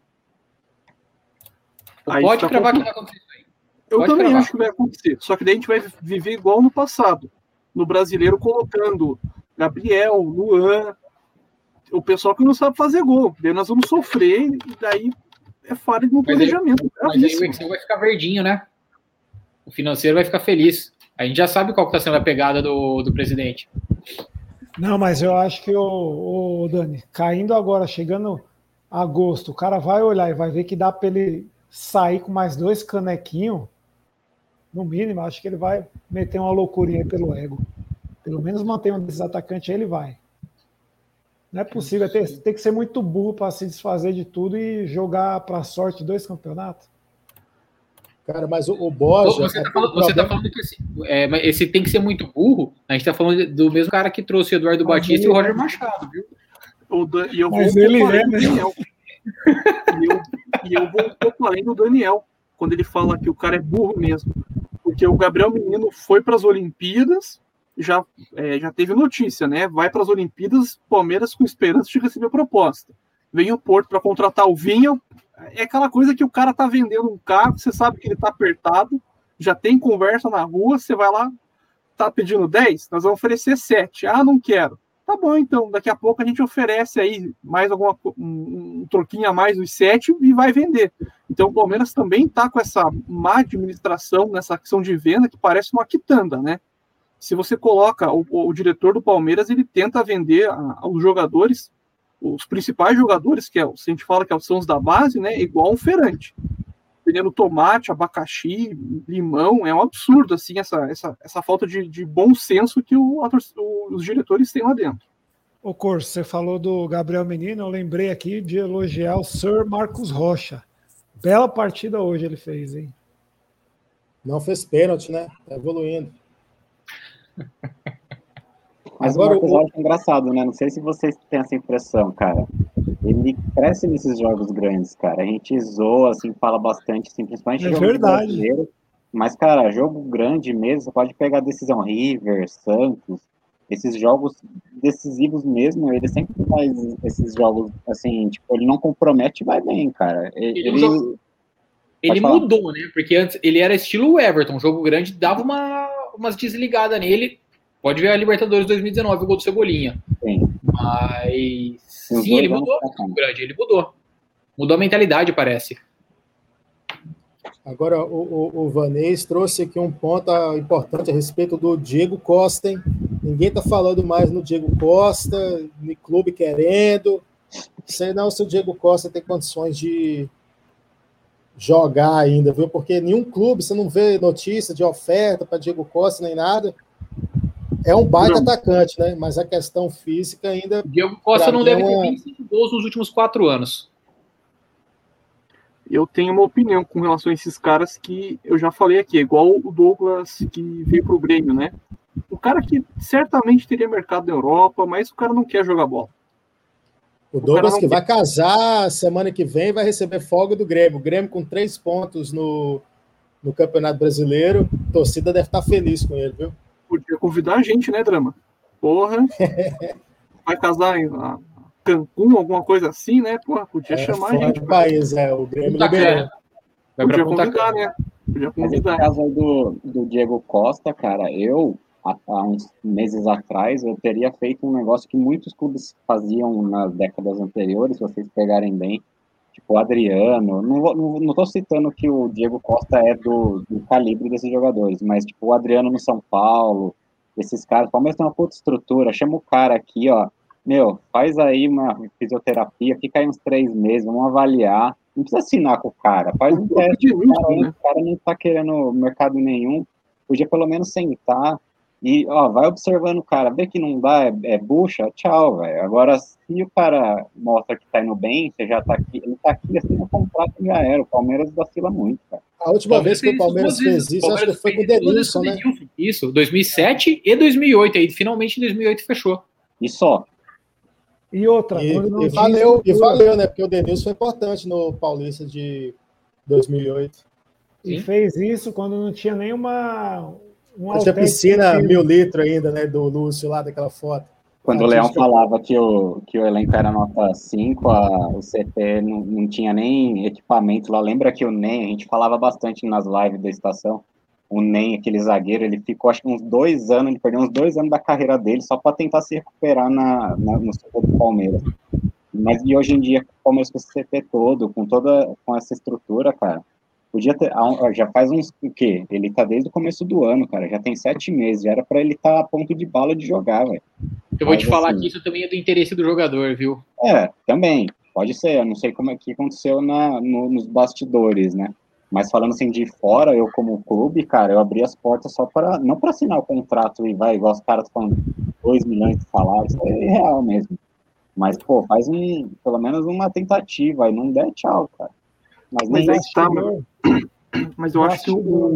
Pode cravar que vai acontecer isso aí. Eu também acho que vai acontecer. Só que daí a gente vai viver igual no passado. No Brasileiro, colocando Gabriel, Luan, o pessoal que não sabe fazer gol. Daí nós vamos sofrer e daí é falha no planejamento. Mas aí o Excel vai ficar verdinho, né? O financeiro vai ficar feliz. A gente já sabe qual que está sendo a pegada do presidente. Não, mas eu acho que, Dani, caindo agora, chegando agosto, o cara vai olhar e vai ver que dá para ele sair com mais 2 canequinhos, no mínimo, acho que ele vai meter uma loucurinha aí pelo ego. Pelo menos manter um desses atacantes aí, ele vai. Não é possível, tem que ser muito burro para se desfazer de tudo e jogar para sorte 2 campeonatos. Cara, mas o Borja... Você tá falando que esse tem que ser muito burro, a gente tá falando do mesmo cara que trouxe o Eduardo Batista e o Roger Machado, viu? Mas ele é, né? E eu vou um pouco além do Daniel, quando ele fala que o cara é burro mesmo. Porque o Gabriel Menino foi para as Olimpíadas, já teve notícia, né? Vai para as Olimpíadas, Palmeiras com esperança de receber proposta. Vem o Porto para contratar o Vinha. É aquela coisa que o cara tá vendendo um carro, você sabe que ele tá apertado, já tem conversa na rua, você vai lá, tá pedindo 10, nós vamos oferecer 7. Ah, não quero. Tá bom, então, daqui a pouco a gente oferece aí mais um troquinho a mais dos 7 e vai vender. Então o Palmeiras também tá com essa má administração nessa ação de venda que parece uma quitanda, né? Se você coloca o diretor do Palmeiras, ele tenta vender aos jogadores, os principais jogadores, se a gente fala que são os da base, né, igual um feirante. Vendendo tomate, abacaxi, limão, é um absurdo, assim, essa falta de bom senso que os diretores têm lá dentro. Ô, Corso, você falou do Gabriel Menino, eu lembrei aqui de elogiar o Sir Marcos Rocha. Bela partida hoje ele fez, hein? Não fez pênalti, né? Tá evoluindo. Mas agora, o Marcos Rocha é engraçado, né? Não sei se vocês têm essa impressão, cara. Ele cresce nesses jogos grandes, cara. A gente zoa, assim, fala bastante, assim, principalmente jogo brasileiro. Mas, cara, jogo grande mesmo, você pode pegar decisão River, Santos, esses jogos decisivos mesmo, ele sempre faz esses jogos, assim, tipo, ele não compromete e vai bem, cara. Ele mudou, né? Porque antes ele era estilo Everton, jogo grande, dava umas desligadas nele. Pode ver a Libertadores 2019, o gol do Cebolinha. Sim. Mas sim, ele mudou muito grande, ele mudou. Mudou a mentalidade, parece. Agora, o Vanês trouxe aqui um ponto importante a respeito do Diego Costa, hein? Ninguém tá falando mais no Diego Costa, no clube querendo. Sei não se o Diego Costa tem condições de jogar ainda, viu? Porque nenhum clube, você não vê notícia de oferta para Diego Costa nem nada. É um baita atacante, né? Mas a questão física ainda... Diego Costa não deve ter 25 gols nos últimos 4 anos. Eu tenho uma opinião com relação a esses caras que eu já falei aqui, igual o Douglas que veio pro Grêmio, né? O cara que certamente teria mercado na Europa, mas o cara não quer jogar bola. O Douglas que vai casar semana que vem vai receber folga do Grêmio. O Grêmio com 3 pontos no Campeonato Brasileiro. A torcida deve estar feliz com ele, viu? Podia convidar a gente, né, Drama? Porra. Vai casar em Cancún, alguma coisa assim, né? Porra, podia chamar a gente. País, o Grêmio liberou. Podia convidar, né? Podia convidar. Mas no caso aí do Diego Costa, cara, há uns meses atrás, eu teria feito um negócio que muitos clubes faziam nas décadas anteriores, se vocês pegarem bem, tipo o Adriano, não tô citando que o Diego Costa é do calibre desses jogadores, mas tipo o Adriano no São Paulo, esses caras, o Palmeiras tem uma puta estrutura, chama o cara aqui, ó, meu, faz aí uma fisioterapia, fica aí uns 3 meses, vamos avaliar, não precisa assinar com o cara, faz um teste, o cara não tá querendo mercado nenhum, podia pelo menos sentar E, ó, vai observando o cara, vê que não dá, é bucha, tchau, velho. Agora, se o cara mostra que tá indo bem, você já tá aqui, ele tá aqui, assim, no contrato já era. O Palmeiras vacila muito, cara. A última vez que o Palmeiras fez isso, acho que foi com o Denilson, né? Isso, 2007 e 2008. Aí, finalmente, em 2008 fechou. E só. E outra, valeu, né? Porque o Denilson foi importante no Paulista de 2008. E fez isso quando não tinha nenhuma... Tinha piscina 1.000 litros ainda, né? Do Lúcio lá, daquela foto. Quando o Leão falava que o elenco era nota 5, o CT não tinha nem equipamento lá. Lembra que o NEM, a gente falava bastante nas lives da estação, o NEM, aquele zagueiro, ele ficou acho que uns 2 anos, ele perdeu uns 2 anos da carreira dele só para tentar se recuperar no setor do Palmeiras. Mas e hoje em dia, o Palmeiras com esse CT todo, com essa estrutura, cara, podia ter, já faz uns, o quê? Ele tá desde o começo do ano, cara, já tem 7 meses, já era para ele estar a ponto de bala de jogar, velho. Eu vou te falar que isso também é do interesse do jogador, viu? Também, pode ser, eu não sei como é que aconteceu nos bastidores, né? Mas falando assim de fora, eu como clube, cara, eu abri as portas só para, não para assinar o contrato e vai, igual os caras falando 2 milhões de salários, é real mesmo. Mas, pô, faz pelo menos uma tentativa, e não der, tchau, cara. Mas eu acho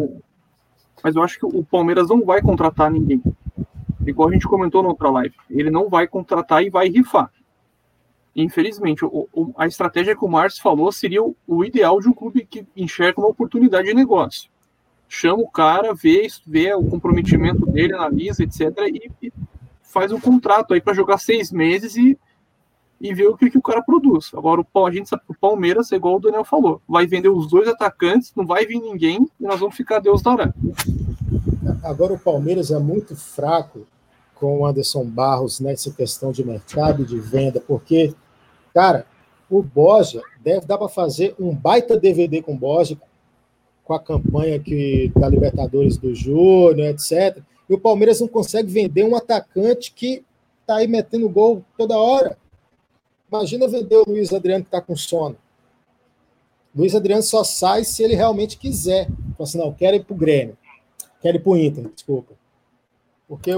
que o Palmeiras não vai contratar ninguém. Igual a gente comentou na outra live. Ele não vai contratar e vai rifar. Infelizmente, a estratégia que o Márcio falou seria o ideal de um clube que enxerga uma oportunidade de negócio. Chama o cara, vê o comprometimento dele, analisa, etc. E faz um contrato aí para jogar 6 meses e ver o que o cara produz. Agora, a gente sabe que o Palmeiras, é igual o Daniel falou, vai vender os 2 atacantes, não vai vir ninguém e nós vamos ficar Deus dará. Agora o Palmeiras é muito fraco com o Anderson Barros nessa questão de mercado e de venda, porque, cara, o Borja dar para fazer um baita DVD com o Borja, com a campanha da Libertadores do Júnior, etc. E o Palmeiras não consegue vender um atacante que tá aí metendo gol toda hora. Imagina vender o Luiz Adriano que está com sono. Luiz Adriano só sai se ele realmente quiser. Fala assim, não, quero ir para o Grêmio. Quero ir para o Inter, desculpa. Porque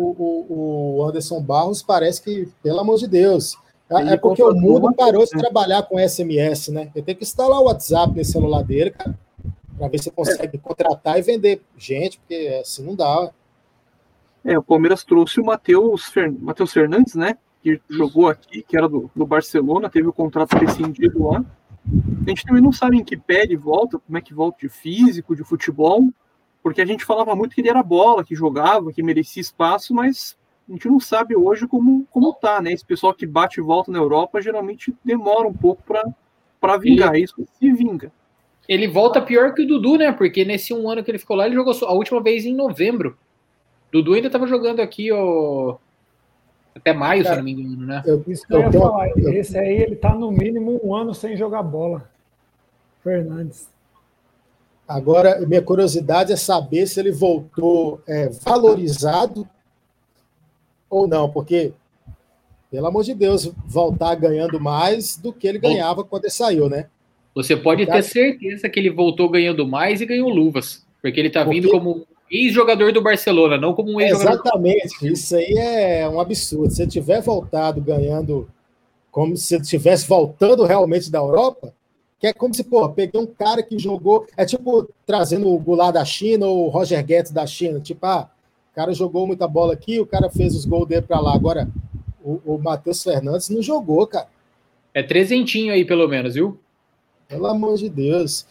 o Anderson Barros parece que, pelo amor de Deus, é porque o mundo parou de trabalhar com SMS, né? Eu tenho que instalar o WhatsApp nesse celular dele, cara, para ver se você consegue contratar e vender gente, porque assim não dá. O Palmeiras trouxe o Matheus Fernandes, né? Que jogou aqui, que era do Barcelona, teve o contrato rescindido lá. A gente também não sabe em que pé ele volta, como é que volta de físico, de futebol, porque a gente falava muito que ele era bola, que jogava, que merecia espaço, mas a gente não sabe hoje como tá, né? Esse pessoal que bate e volta na Europa geralmente demora um pouco para vingar. Isso se vinga. Ele volta pior que o Dudu, né? Porque nesse 1 ano que ele ficou lá, ele jogou a última vez em novembro. Dudu ainda estava jogando aqui até maio, se não me engano, né? Isso que eu ia falar. Esse aí, ele tá no mínimo 1 ano sem jogar bola. Fernandes. Agora, minha curiosidade é saber se ele voltou valorizado ou não, porque, pelo amor de Deus, voltar ganhando mais do que ele ganhava quando ele saiu, né? Você pode ter certeza que ele voltou ganhando mais e ganhou luvas, porque ele tá vindo como ex-jogador do Barcelona, não como um ex-jogador. Exatamente, isso aí é um absurdo. Se ele tiver voltado ganhando como se ele estivesse voltando realmente da Europa, que é como se, peguei um cara que jogou, é tipo trazendo o Goulart da China ou o Roger Guedes da China, tipo, o cara jogou muita bola aqui, o cara fez os gols dele para lá. Agora, o Matheus Fernandes não jogou, cara. É trezentinho aí, pelo menos, viu? Pelo amor de Deus.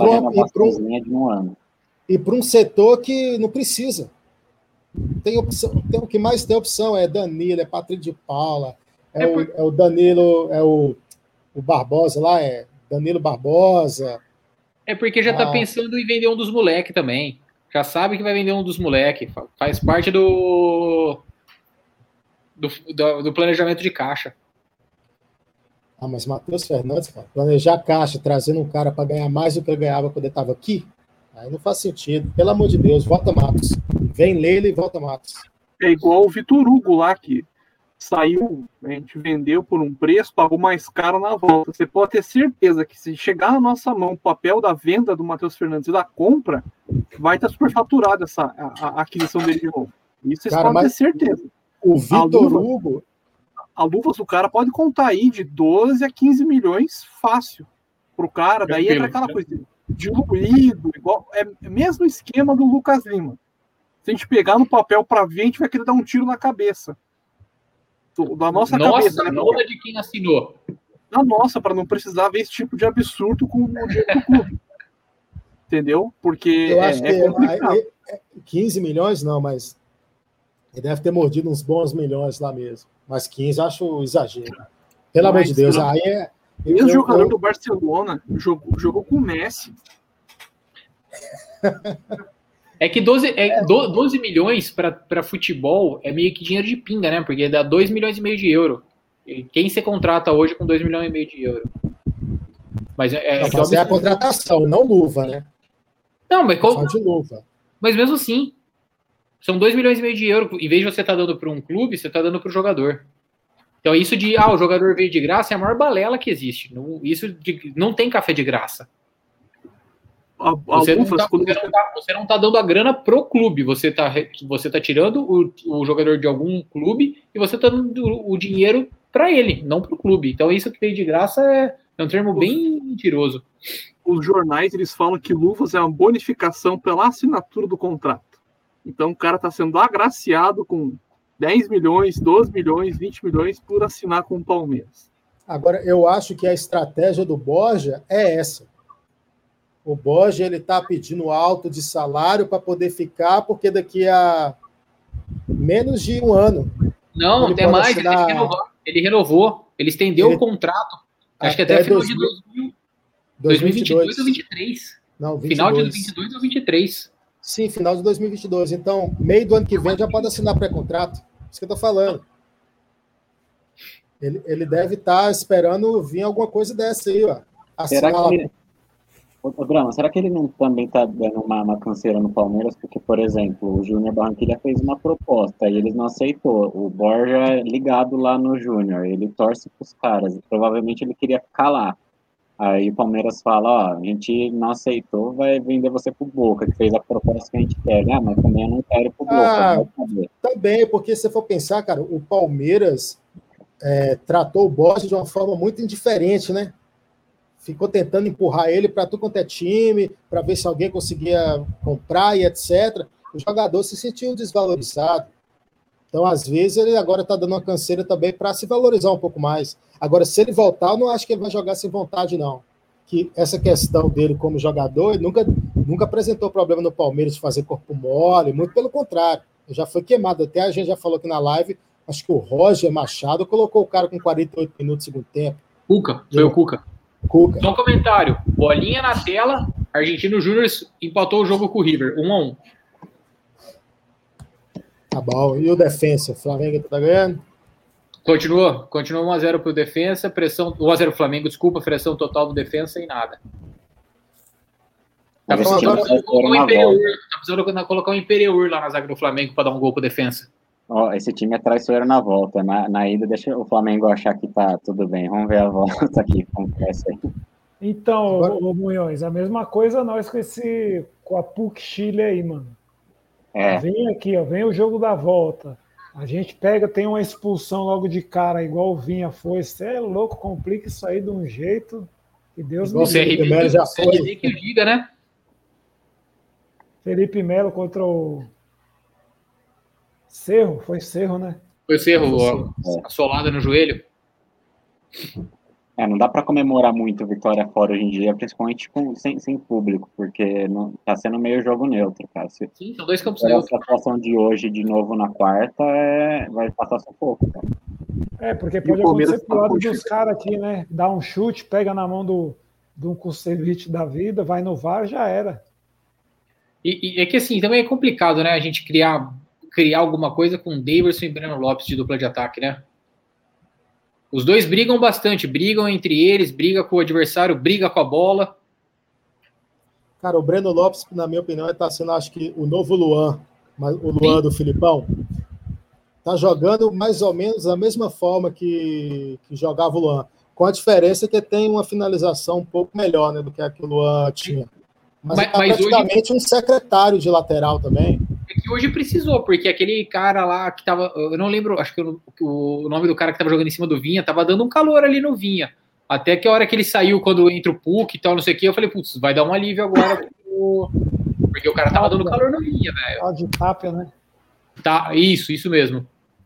E para um setor que não precisa. Tem opção, o que mais tem opção é Danilo, é Patrick de Paula, é o Danilo, é o Barbosa lá, é Danilo Barbosa. É porque já tá pensando em vender um dos moleques também. Já sabe que vai vender um dos moleques. Faz parte do planejamento de caixa. Mas Matheus Fernandes, cara, planejar caixa, trazendo um cara para ganhar mais do que ele ganhava quando ele estava aqui, aí não faz sentido. Pelo amor de Deus, volta Matos. Vem Leila e volta Matos. É igual o Vitor Hugo lá, que saiu, a gente vendeu por um preço, pagou mais caro na volta. Você pode ter certeza que se chegar na nossa mão o papel da venda do Matheus Fernandes e da compra, vai estar superfaturado a aquisição dele de novo. Isso vocês Cara, podem ter mas certeza. o Vitor luva- Hugo, A luvas do cara pode contar aí de 12 a 15 milhões fácil pro cara. Daí entra aquela coisa diluído, igual, é o mesmo esquema do Lucas Lima. Se a gente pegar no papel para ver, a gente vai querer dar um tiro na cabeça. Da nossa cabeça, né? Nossa, de quem assinou. Da nossa, para não precisar ver esse tipo de absurdo com o dinheiro do clube. Entendeu? Porque eu acho que complicado. 15 milhões não, mas ele deve ter mordido uns bons milhões lá mesmo. Mas 15 acho exagero. Pelo amor de Deus, aí é. Esse jogador do Barcelona jogou com o Messi. É que 12 milhões para futebol é meio que dinheiro de pinga, né? Porque dá 2 milhões e meio de euro. E quem você contrata hoje com 2 milhões e meio de euro? Mas é a contratação, não luva, né? Não, mas só de luva. Mas mesmo assim, são 2 milhões e meio de euro. Em vez de você estar dando para um clube, você está dando para o jogador. Então isso de, o jogador veio de graça é a maior balela que existe. Não tem café de graça. Você não tá dando a grana pro clube. Você tá tirando o jogador de algum clube e você tá dando o dinheiro para ele, não pro clube. Então isso que veio de graça é um termo bem mentiroso. Os jornais, eles falam que luvas é uma bonificação pela assinatura do contrato. Então o cara tá sendo agraciado com 10 milhões, 12 milhões, 20 milhões por assinar com o Palmeiras. Agora, eu acho que a estratégia do Borja é essa. O Borja ele está pedindo alto de salário para poder ficar, porque daqui a menos de um ano. Não, até mais. Ele renovou. Ele estendeu o contrato. Acho que até final de 2022 ou 2023. Não, 22. Final de 2022 ou 2023. Sim, final de 2022. Então, meio do ano que vem já pode assinar pré-contrato. Isso que eu estou falando. Ele deve estar esperando vir alguma coisa dessa aí, ó. Será que Ô, Drama, será que ele não também está dando uma canseira no Palmeiras? Porque, por exemplo, o Júnior Barranquilla fez uma proposta e eles não aceitou. O Borja é ligado lá no Júnior, ele torce para os caras. Provavelmente ele queria ficar lá. Aí o Palmeiras fala, a gente não aceitou, vai vender você pro Boca, que fez a proposta que a gente quer. Mas também eu não quero pro Boca. Também, porque se for pensar, cara, o Palmeiras tratou o Borja de uma forma muito indiferente, né? Ficou tentando empurrar ele para tudo quanto é time, para ver se alguém conseguia comprar e etc. O jogador se sentiu desvalorizado. Então, às vezes, ele agora está dando uma canseira também para se valorizar um pouco mais. Agora, se ele voltar, eu não acho que ele vai jogar sem vontade, não. Que essa questão dele como jogador, ele nunca apresentou problema no Palmeiras de fazer corpo mole, muito pelo contrário. Ele já foi queimado. Até a gente já falou aqui na live, acho que o Roger Machado colocou o cara com 48 minutos no segundo tempo. Cuca, foi o Cuca. Só um comentário. Bolinha na tela. Argentino Júnior empatou o jogo com o River. 1-1. Tá bom. E o Defensa? O Flamengo tá ganhando? Continua 1-0 pro Defensa. Pressão. 1-0 pro Flamengo, desculpa. Pressão total do Defensa e nada. Tá precisando colocar um Imperiur lá na zaga do Flamengo para dar um gol pro Defensa. Esse time é traiçoeiro na volta. Na ida, deixa o Flamengo achar que tá tudo bem. Vamos ver a volta aqui, como que vai ser. Então, ô Munhoz, a mesma coisa nós com a PUC Chile aí, mano. Vem aqui, ó, vem o jogo da volta. A gente tem uma expulsão logo de cara, igual o Vinha foi. Você é louco, complica isso aí de um jeito que Deus me livre. Já foi. Que diga, né? Felipe Melo contra o Cerro, foi Cerro, né? Foi Cerro, assolada no joelho. Não dá para comemorar muito vitória fora hoje em dia, principalmente sem público, porque não, tá sendo meio jogo neutro, cara. Sim, são 2 campos neutros. A situação de hoje, de novo, na quarta, vai passar sufoco, cara. Porque pode acontecer pro lado dos caras aqui, né? Dá um chute, pega na mão de um Kusevich da vida, vai no VAR, já era. E é que assim, também é complicado, né? A gente criar alguma coisa com Daverson e Breno Lopes de dupla de ataque, né? Os dois brigam bastante, brigam entre eles, briga com o adversário, briga com a bola. Cara, o Breno Lopes, na minha opinião, está sendo, acho que, o novo Luan, o Luan do Filipão. Tá jogando mais ou menos da mesma forma que jogava o Luan, com a diferença que tem uma finalização um pouco melhor, né, do que a que o Luan tinha. Mas praticamente hoje, um secretário de lateral também. que hoje precisou, porque aquele cara lá que tava, eu não lembro, acho que o nome do cara que tava jogando em cima do Vinha, tava dando um calor ali no Vinha. Até que a hora que ele saiu, quando entra o Puck e tal, não sei o que, eu falei, putz, vai dar um alívio agora, porque o cara tava dando calor no Vinha, velho. De Tapia, né? Tá, isso mesmo.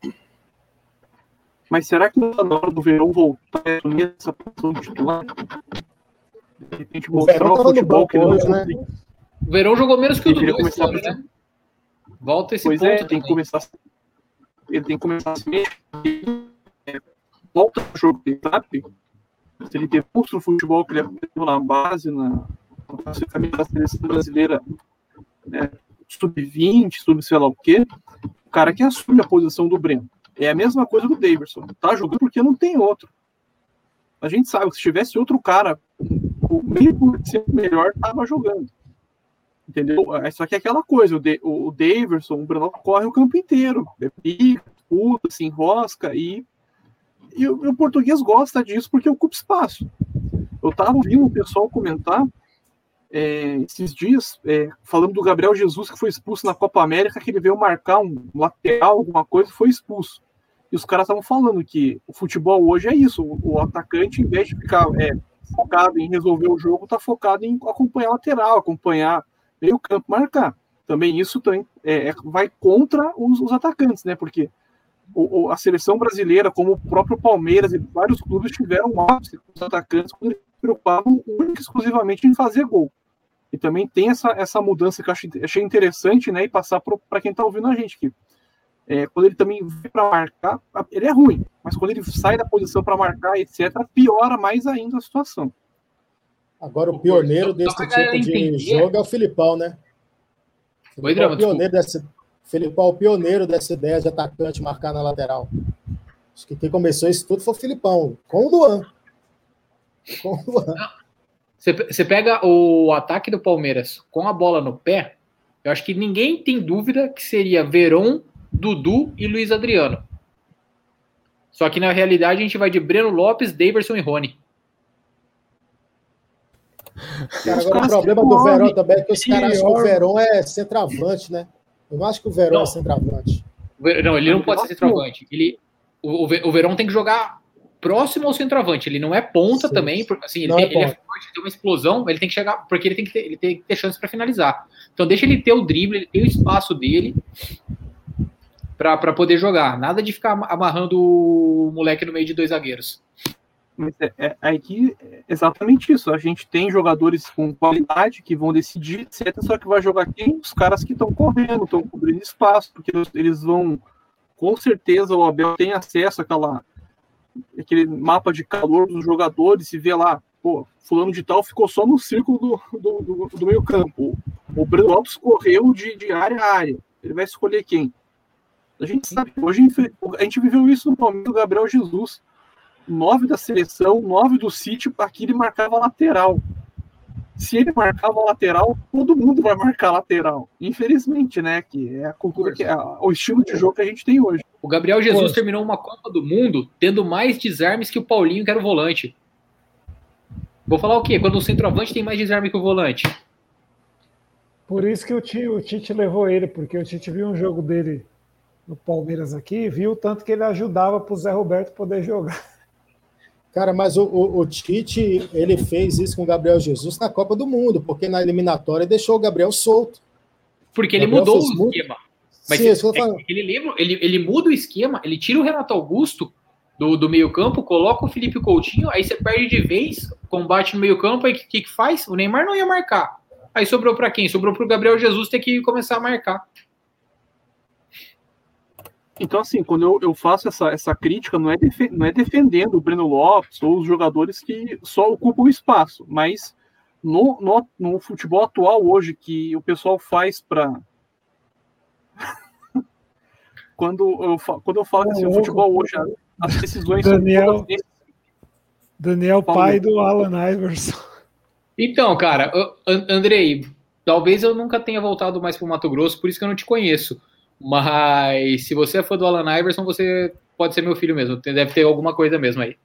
Mas será que na hora do Verón voltar a assumir essa posição de titular? De repente mostrar o futebol que ele hoje, não né? O Verón jogou menos que o Dudu esse ano, começar né? Volta esse pois ponto é, tem que começar. Ele tem que começar a se mexer. Volta o jogo dele, sabe? Se ele demonstra o futebol que ele aprendeu na base, na camisa da seleção brasileira, né, sub-20, sub sei lá o quê, o cara que assume a posição do Breno. É a mesma coisa do Davidson. Tá jogando porque não tem outro. A gente sabe que se tivesse outro cara, o meio por cento melhor tava jogando. Entendeu? Só que é aquela coisa, o Davidson, o Breno corre o campo inteiro. Pica, puta, se enrosca e o português gosta disso porque ocupa espaço. Eu tava ouvindo o pessoal comentar esses dias, falando do Gabriel Jesus, que foi expulso na Copa América, que ele veio marcar um lateral, alguma coisa, e foi expulso. E os caras estavam falando que o futebol hoje é isso, o atacante, em vez de ficar focado em resolver o jogo, tá focado em acompanhar lateral, acompanhar meio campo, marcar. Também isso vai contra os atacantes, né? Porque a seleção brasileira, como o próprio Palmeiras e vários clubes tiveram um ápice com os atacantes quando eles se preocupavam única e exclusivamente em fazer gol. E também tem essa mudança que eu achei interessante, né? E passar para quem está ouvindo a gente aqui. Quando ele também vem para marcar, ele é ruim, mas quando ele sai da posição para marcar, etc., piora mais ainda a situação. Agora, o pioneiro desse tipo de jogo é o Filipão, né? Filipão, o pioneiro dessa ideia de atacante marcar na lateral. Acho que quem começou isso tudo foi o Filipão, com o Luan. Você pega o ataque do Palmeiras com a bola no pé, eu acho que ninguém tem dúvida que seria Verón, Dudu e Luiz Adriano. Só que na realidade a gente vai de Breno Lopes, Daverson e Rony. Cara, agora o problema do Verón também é que os caras acham que o Verón é centroavante, né? Eu não acho que o Verón é centroavante. Não, ele não pode ser centroavante. O Verón tem que jogar próximo ao centroavante. Ele não é ponta. Sim. Também, porque, assim, ele é forte, tem uma explosão, ele tem que chegar, porque ele tem que ter chance para finalizar. Então deixa ele ter o drible, ele tem o espaço dele para poder jogar. Nada de ficar amarrando o moleque no meio de dois zagueiros. Mas aqui é exatamente isso. A gente tem jogadores com qualidade que vão decidir, etc. Só que vai jogar quem? Os caras que estão correndo, estão cobrindo espaço, porque eles vão, com certeza, o Abel tem acesso àquele mapa de calor dos jogadores e vê lá, pô, fulano de tal ficou só no círculo do meio campo. O Breno Lopes correu de área a área. Ele vai escolher quem? A gente sabe, hoje a gente viveu isso no Palmeiras do Gabriel Jesus. 9 da seleção, 9 do City, aqui ele marcava lateral. Se ele marcava lateral, todo mundo vai marcar lateral. Infelizmente, né? Que é a cultura, o estilo de jogo que a gente tem hoje. O Gabriel Jesus terminou uma Copa do Mundo tendo mais desarmes que o Paulinho, que era o volante. Vou falar o quê? Quando o centroavante tem mais desarme que o volante. Por isso que o Tite levou ele, porque o Tite viu um jogo dele no Palmeiras aqui, viu o tanto que ele ajudava para o Zé Roberto poder jogar. Cara, mas o Tite, ele fez isso com o Gabriel Jesus na Copa do Mundo, porque na eliminatória deixou o Gabriel solto. Porque ele mudou o esquema. Mas sim, ele muda o esquema, ele tira o Renato Augusto do meio campo, coloca o Felipe Coutinho, aí você perde de vez, combate no meio campo, aí o que faz? O Neymar não ia marcar. Aí sobrou para quem? Sobrou para o Gabriel Jesus ter que começar a marcar. Então, assim, quando eu faço essa crítica, não é defendendo o Breno Lopes ou os jogadores que só ocupam o espaço, mas no futebol atual hoje, que o pessoal faz para... quando eu falo assim, o futebol hoje, as decisões... Daniel, pai do Allen Iverson. Então, cara, Andrei, talvez eu nunca tenha voltado mais para o Mato Grosso, por isso que eu não te conheço. Mas se você é fã do Allen Iverson, você pode ser meu filho mesmo. Deve ter alguma coisa mesmo aí.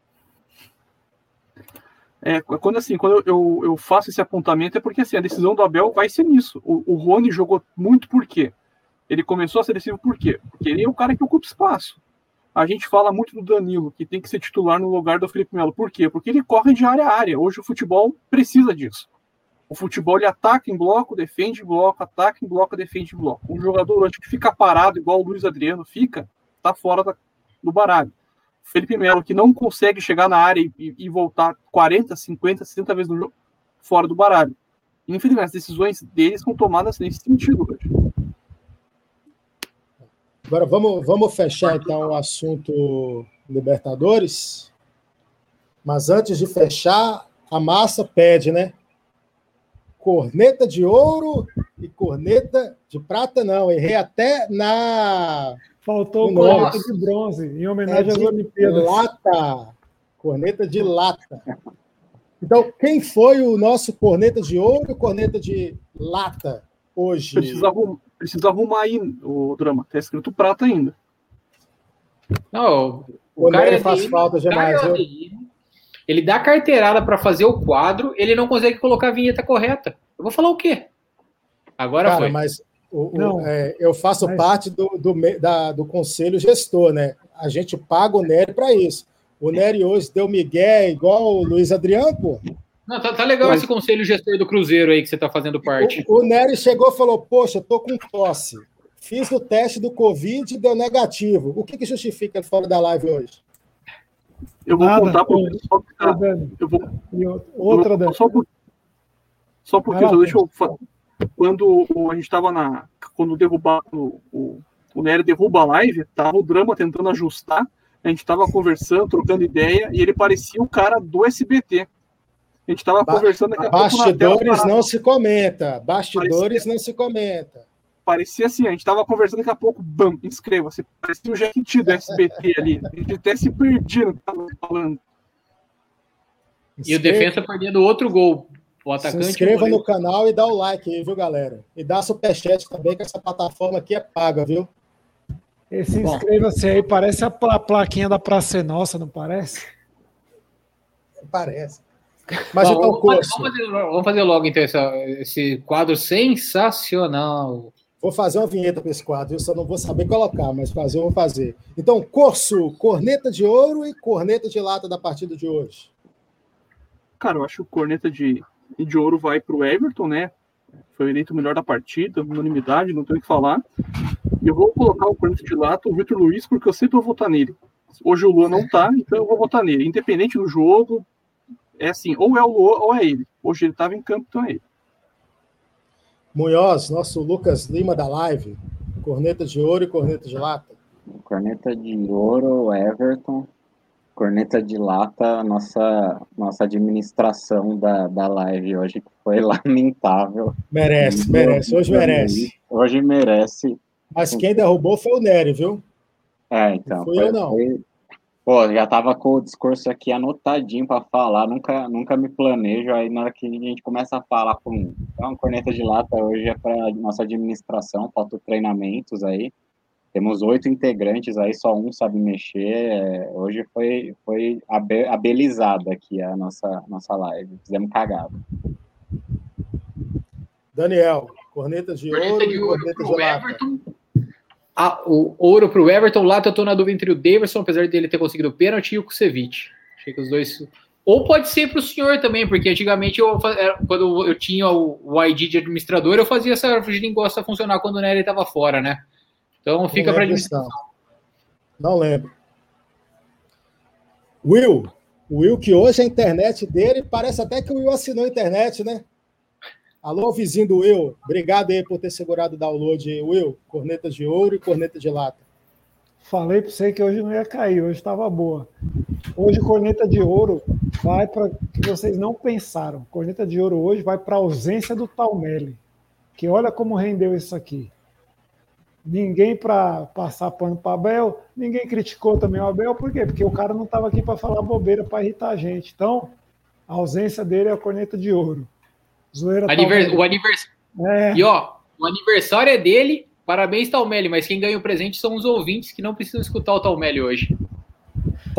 Quando eu faço esse apontamento é porque assim, a decisão do Abel vai ser nisso. O Rony jogou muito por quê? Ele começou a ser decisivo por quê? Porque ele é o cara que ocupa espaço. A gente fala muito do Danilo, que tem que ser titular no lugar do Felipe Melo. Por quê? Porque ele corre de área a área. Hoje o futebol precisa disso. O futebol, ele ataca em bloco, defende em bloco, ataca em bloco, defende em bloco. Um jogador hoje que fica parado, igual o Luiz Adriano fica, tá fora do baralho. O Felipe Melo, que não consegue chegar na área e voltar 40, 50, 60 vezes no jogo, fora do baralho. Infelizmente, as decisões deles são tomadas nesse sentido hoje. Agora vamos fechar então o assunto Libertadores. Mas antes de fechar, a massa pede, né? Corneta de ouro e corneta de prata, não. Errei até na. Faltou corneta de bronze, em homenagem às Olimpíadas. Lata. Corneta de lata. Então, quem foi o nosso corneta de ouro e corneta de lata hoje? Precisa arrumar aí o drama. Tá escrito prata ainda. Não, o cara faz falta demais. Ele dá carteirada para fazer o quadro, ele não consegue colocar a vinheta correta. Eu vou falar o quê? Agora cara, foi. Mas eu faço parte do conselho gestor, né? A gente paga o Nery para isso. O Nery hoje deu migué igual o Luiz Adriano, pô. Não, tá legal esse conselho gestor do Cruzeiro aí que você tá fazendo parte. O Nery chegou e falou, poxa, eu tô com tosse. Fiz o teste do Covid e deu negativo. O que justifica ele fora da live hoje? Eu vou contar para o pessoal que tá. Só porque deixa eu falar. Quando a gente estava quando o Nery derruba a live, tava o drama tentando ajustar, a gente estava conversando, trocando ideia, e ele parecia o cara do SBT. A gente estava conversando daqui a pouco. Bastidores não se comenta. Bastidores não se comenta. Parecia assim, a gente estava conversando, daqui a pouco, bam, inscreva-se. Parecia o Jequiti do SBT ali. A gente até se perdia no que estava falando. E o defensa perdendo outro gol. O atacante. Se inscreva no canal e dá o like aí, viu, galera? E dá superchat também, que essa plataforma aqui é paga, viu? Esse inscreva-se aí, parece a plaquinha da Praça Nossa, não parece? Parece. Mas então, vamos fazer logo, então, esse quadro sensacional. Vou fazer uma vinheta para esse quadro, eu só não vou saber colocar, mas fazer eu vou fazer. Então, Corso, corneta de ouro e corneta de lata da partida de hoje. Cara, eu acho que o corneta de ouro vai para o Everton, né? Foi eleito o melhor da partida, unanimidade, não tenho o que falar. E eu vou colocar o corneta de lata, o Vitor Luiz, porque eu sempre vou votar nele. Hoje o Luan não tá, então eu vou votar nele. Independente do jogo, é assim, ou é o Luan ou é ele. Hoje ele estava em campo, então é ele. Munhoz, nosso Lucas Lima da live, corneta de ouro e corneta de lata. Corneta de ouro, Everton. Corneta de lata, nossa administração da live hoje, que foi lamentável. Merece, hoje merece. Hoje merece. Mas quem derrubou foi o Nery, viu? Então. Eu não. Pô, já tava com o discurso aqui anotadinho para falar, nunca me planejo, aí na hora que a gente começa a falar com uma corneta de lata, hoje é para nossa administração, falta treinamentos aí, temos 8 integrantes aí, só um sabe mexer, hoje foi abelizada aqui a nossa live, fizemos cagada. Daniel, corneta de ouro e corneta de lata. O ouro para o Everton, lá eu tô na dúvida entre o Davidson, apesar dele ter conseguido o pênalti, e o Kusevich. Achei que os dois... Ou pode ser para o senhor também, porque antigamente, quando eu tinha o ID de administrador, eu fazia essa geringosta funcionar quando o Nery estava fora, né? Então fica para administração. Não lembro. Will, que hoje a internet dele, parece até que o Will assinou a internet, né? Alô, vizinho do Will, obrigado aí por ter segurado o download, Will. Corneta de ouro e corneta de lata. Falei para você que hoje não ia cair, hoje estava boa. Hoje, corneta de ouro vai para que vocês não pensaram. Corneta de ouro hoje vai para a ausência do Talmelli, que olha como rendeu isso aqui. Ninguém para passar pano para Abel, ninguém criticou também o Abel, por quê? Porque o cara não estava aqui para falar bobeira, para irritar a gente. Então, a ausência dele é a corneta de ouro. Zoeira o aniversário. E ó, o aniversário é dele, parabéns, Talmelli, mas quem ganha o presente são os ouvintes que não precisam escutar o Talmelli hoje.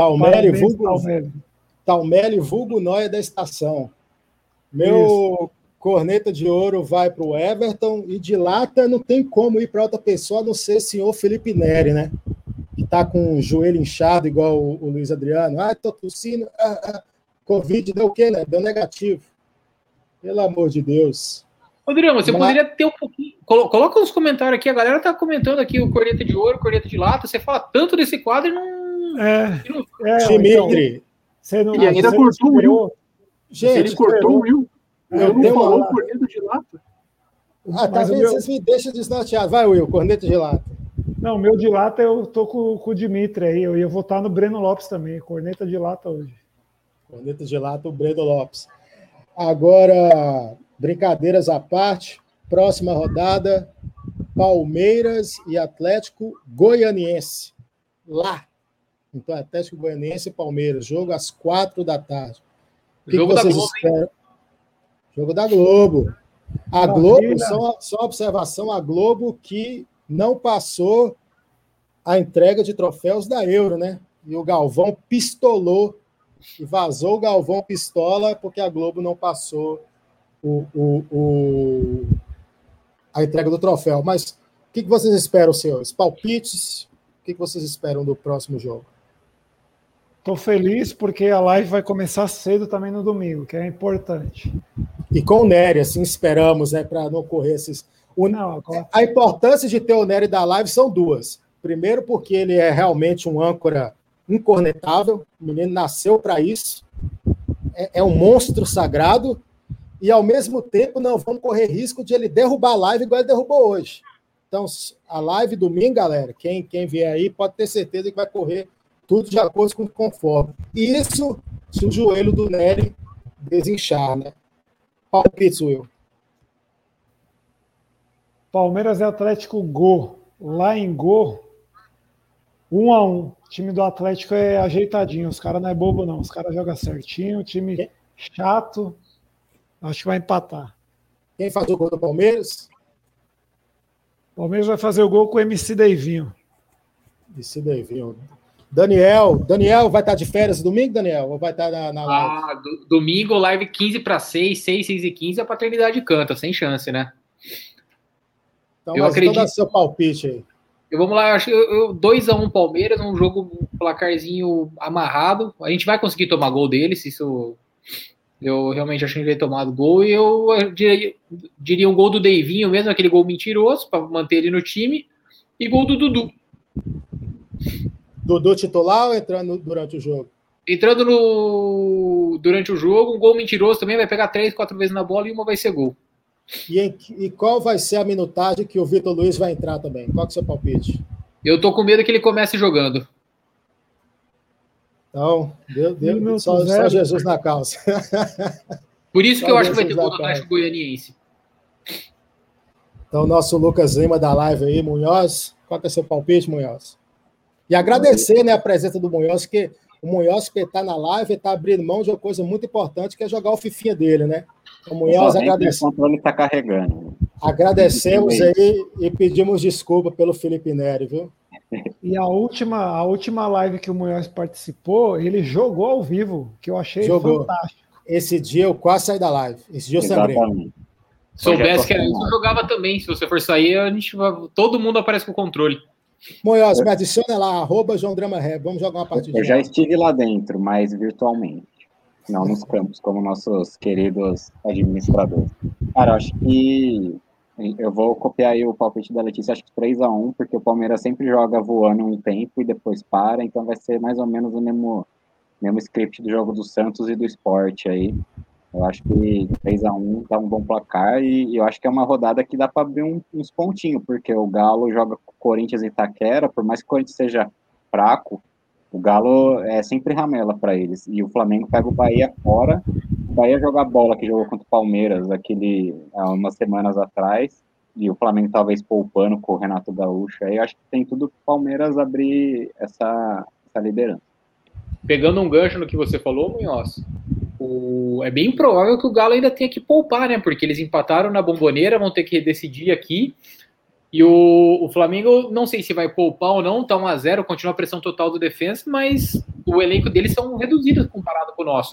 Talmelli, vulgo Noia da estação. Meu Corneta de ouro vai para o Everton e de lata não tem como ir para outra pessoa a não ser o senhor Felipe Neri, né? Que está com o joelho inchado igual o Luiz Adriano. Tô tossindo. Covid deu o quê, né? Deu negativo. Pelo amor de Deus. Rodrigo, você poderia ter um pouquinho... Coloca nos comentários aqui, a galera tá comentando aqui o corneta de ouro, corneta de lata. Você fala tanto desse quadro e não... Dimitri. Então, e ainda cortou o Will. Gente, ele cortou o Will. Eu não falou corneta de lata. Tá vendo? Vocês me deixam desnorteado. Vai, Will, corneta de lata. Não, meu de lata eu tô com o Dimitri aí. Eu ia votar no Breno Lopes também. Corneta de lata hoje. Corneta de lata, o Breno Lopes. Agora, brincadeiras à parte. Próxima rodada, Palmeiras e Atlético Goianiense. Lá. Então, Atlético Goianiense e Palmeiras. Jogo às 4 da tarde. O que vocês esperam? Jogo da Globo. A Globo, só uma observação, a Globo que não passou a entrega de troféus da Euro, né? E o Galvão pistolou e vazou o Galvão pistola porque a Globo não passou a entrega do troféu. Mas o que vocês esperam, senhores? Palpites? O que vocês esperam do próximo jogo? Estou feliz porque a live vai começar cedo também no domingo, que é importante. E com o Nery, assim, esperamos, né, para não ocorrer esses... A importância de ter o Nery da live são duas. Primeiro, porque ele é realmente um âncora incornetável, o menino nasceu para isso, é um monstro sagrado, e ao mesmo tempo não vamos correr risco de ele derrubar a live igual ele derrubou hoje. Então, a live domingo, galera, quem vier aí pode ter certeza que vai correr tudo de acordo com o conforme. Isso se o joelho do Nery desinchar, né? Palpites, Will. Palmeiras e Atlético Go. Lá em Go, 1-1. O time do Atlético é ajeitadinho. Os caras não é bobo, não. Os caras jogam certinho. Time chato. Acho que vai empatar. Quem faz o gol do Palmeiras? O Palmeiras vai fazer o gol com o MC Deivinho. MC Deivinho. Daniel vai estar de férias domingo, Daniel? Ou vai estar na live? Domingo, live 15-6, 6-15, a paternidade canta, sem chance, né? Então, eu acredito. Então dá seu palpite aí. Vamos lá, eu acho que 2-1 Palmeiras, um jogo, um placarzinho amarrado. A gente vai conseguir tomar gol deles, isso eu realmente acho que a gente vai tomar gol. E eu diria um gol do Deivinho mesmo, aquele gol mentiroso, para manter ele no time. E gol do Dudu. Dudu titular ou entrando durante o jogo? Entrando durante o jogo, um gol mentiroso também, vai pegar 3, 4 vezes na bola e uma vai ser gol. E qual vai ser a minutagem que o Vitor Luiz vai entrar também? Qual que é o seu palpite? Eu tô com medo que ele comece jogando. Então, deu só Jesus na calça. Por isso que eu acho que vai ter gol do Atlético Goianiense. Então, nosso Lucas Lima da live aí, Munhoz. Qual que é o seu palpite, Munhoz? E agradecer, né, a presença do Munhoz, que o Munhoz que está na live está abrindo mão de uma coisa muito importante, que é jogar o fifinha dele, né? O Munhoz agradece. O controle está carregando. Agradecemos aí e pedimos desculpa pelo Felipe Neri, viu? E a última live que o Munhoz participou, ele jogou ao vivo, que eu achei fantástico. Esse dia eu quase saí da live. Esse dia eu sangrei. Soubesse que era isso, eu jogava também. Se você for sair, todo mundo aparece com o controle. Munhoz, me adiciona lá, @JoãoDramaRé. Vamos jogar uma partida. Eu já estive lá dentro, mas virtualmente. Não nos campos, como nossos queridos administradores. Cara, eu acho que eu vou copiar aí o palpite da Letícia, acho que 3-1, porque o Palmeiras sempre joga voando um tempo e depois para, então vai ser mais ou menos o mesmo script do jogo do Santos e do Sport aí. Eu acho que 3-1 dá um bom placar e eu acho que é uma rodada que dá para abrir uns pontinhos, porque o Galo joga com o Corinthians e Itaquera, por mais que o Corinthians seja fraco, o Galo é sempre ramela para eles. E o Flamengo pega o Bahia fora. O Bahia joga a bola que jogou contra o Palmeiras há umas semanas atrás. E o Flamengo talvez poupando com o Renato Gaúcho. Aí eu acho que tem tudo para o Palmeiras abrir essa liderança. Pegando um gancho no que você falou, Munhoz, é bem provável que o Galo ainda tenha que poupar, né? Porque eles empataram na Bombonera, vão ter que decidir aqui. E o Flamengo, não sei se vai poupar ou não, tá 1-0, continua a pressão total do defensa, mas o elenco deles são reduzidos comparado com o nosso.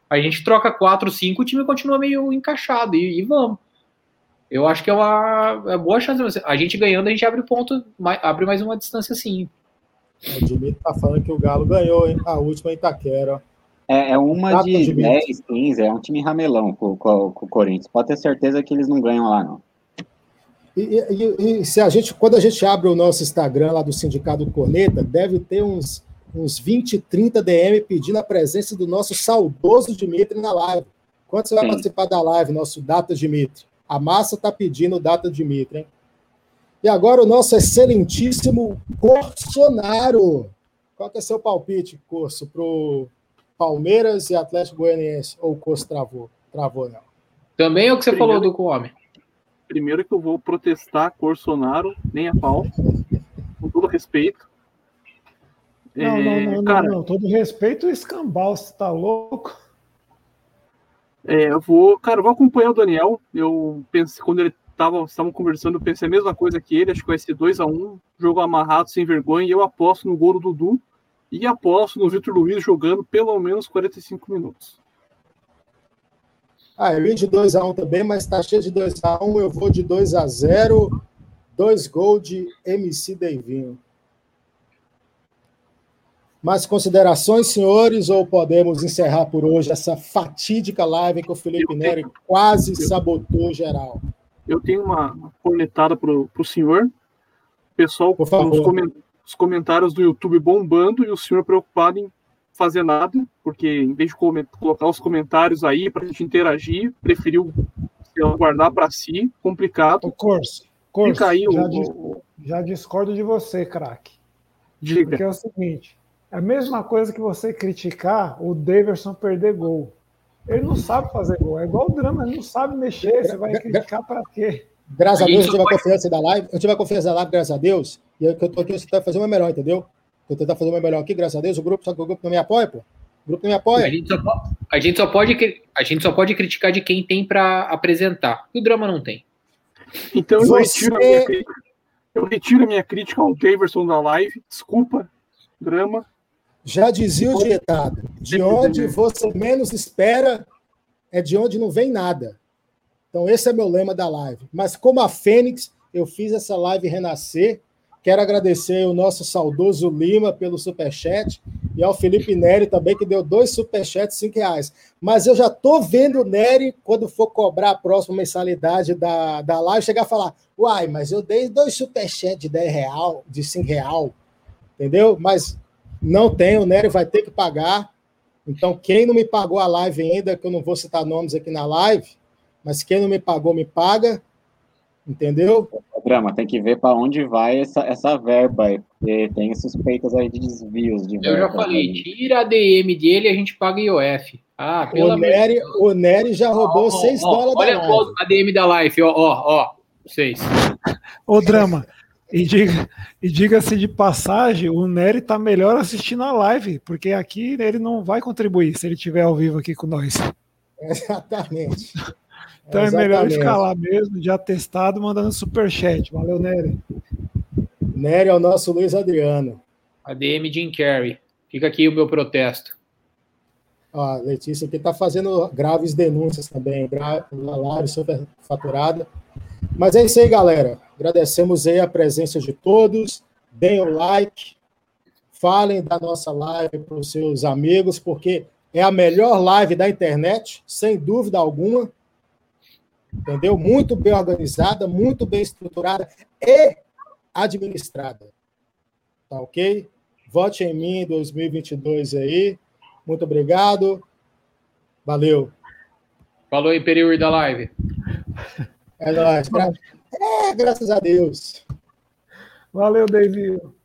A gente troca 4, 5, o time continua meio encaixado e vamos. Eu acho que é uma boa chance. A gente ganhando, a gente abre ponto, abre mais uma distância sim. O Dimitri tá falando que o Galo ganhou, hein? A última em Itaquera. É uma de 10, 15, é um time ramelão com o Corinthians. Pode ter certeza que eles não ganham lá, não. E quando a gente abre o nosso Instagram lá do Sindicato do Corneta, deve ter uns 20, 30 DM pedindo a presença do nosso saudoso Dimitri na live. Quando você vai participar da live, nosso Data Dimitri? A massa está pedindo o Data Dimitri, hein? E agora o nosso excelentíssimo Corsonaro. Qual que é seu palpite, Corso, para o Palmeiras e Atlético Goianiense? Ou o Corso travou? Travou, não. Também é o que você falou do Coame. Primeiro que eu vou protestar Corsonaro, nem a pau, com todo respeito. Não. Todo respeito o escambau, você tá louco? Eu vou acompanhar o Daniel. Eu pensei, quando estavam conversando, eu pensei a mesma coisa que ele. Acho que vai ser 2-1, jogo amarrado, sem vergonha. E eu aposto no gol do Dudu e aposto no Vitor Luiz jogando pelo menos 45 minutos. Eu ia de 2-1 também, mas tá cheio de 2-1. Eu vou de 2-0. 2 gols de MC Deivinho. Mais considerações, senhores, ou podemos encerrar por hoje essa fatídica live que o Felipe Neri quase sabotou geral? Eu tenho uma cornetada para o senhor. O pessoal com os comentários do YouTube bombando e o senhor preocupado em fazer nada, porque em vez de colocar os comentários aí para a gente interagir, preferiu guardar para si. Complicado. Corso, já discordo de você, craque. Diga. Porque é o seguinte... É a mesma coisa que você criticar o Daverson perder gol. Ele não sabe fazer gol. É igual o Drama, ele não sabe mexer. Você vai criticar para quê? Graças a Deus, eu tive a confiança da live. Eu tive a confiança da live, graças a Deus. E eu tô aqui, você tá fazendo o meu melhor, entendeu? Eu tentar fazer o meu melhor aqui, graças a Deus. Só que o grupo não me apoia, pô. O grupo não me apoia. A gente só pode criticar de quem tem para apresentar. E o Drama não tem. Então eu retiro a minha crítica ao Daverson da live. Desculpa, Drama. Já dizia o ditado, de onde você menos espera é de onde não vem nada. Então esse é meu lema da live. Mas como a Fênix, eu fiz essa live renascer. Quero agradecer o nosso saudoso Lima pelo superchat e ao Felipe Neri também, que deu 2 superchats de R$5. Mas eu já estou vendo o Neri, quando for cobrar a próxima mensalidade da live, chegar a falar, uai, mas eu dei 2 superchats de R$10, de R$5, entendeu? Mas não tem, o Nery vai ter que pagar. Então, quem não me pagou a live ainda, que eu não vou citar nomes aqui na live, mas quem não me pagou, me paga. Entendeu? Drama, tem que ver para onde vai essa verba aí, porque tem suspeitas aí de desvios de verba. Eu já falei, tira a DM dele e a gente paga IOF. O Nery já roubou $6 da live. Olha a DM da live, ó, 6. Ô, Drama, e diga-se de passagem, o Nery tá melhor assistindo a live, porque aqui ele não vai contribuir se ele estiver ao vivo aqui com nós. Exatamente. Então é melhor ficar lá mesmo, já testado, mandando superchat. Valeu, Nery. Nery é o nosso Luiz Adriano. ADM Jim Carrey. Fica aqui o meu protesto. A Letícia aqui está fazendo graves denúncias também. Na live superfaturada. Mas é isso aí, galera. Agradecemos aí a presença de todos. Deem o like. Falem da nossa live para os seus amigos, porque é a melhor live da internet, sem dúvida alguma. Entendeu? Muito bem organizada, muito bem estruturada e administrada. Tá ok? Vote em mim em 2022 aí. Muito obrigado. Valeu. Falou aí, período da live. É nóis. Graças a Deus. Valeu, David.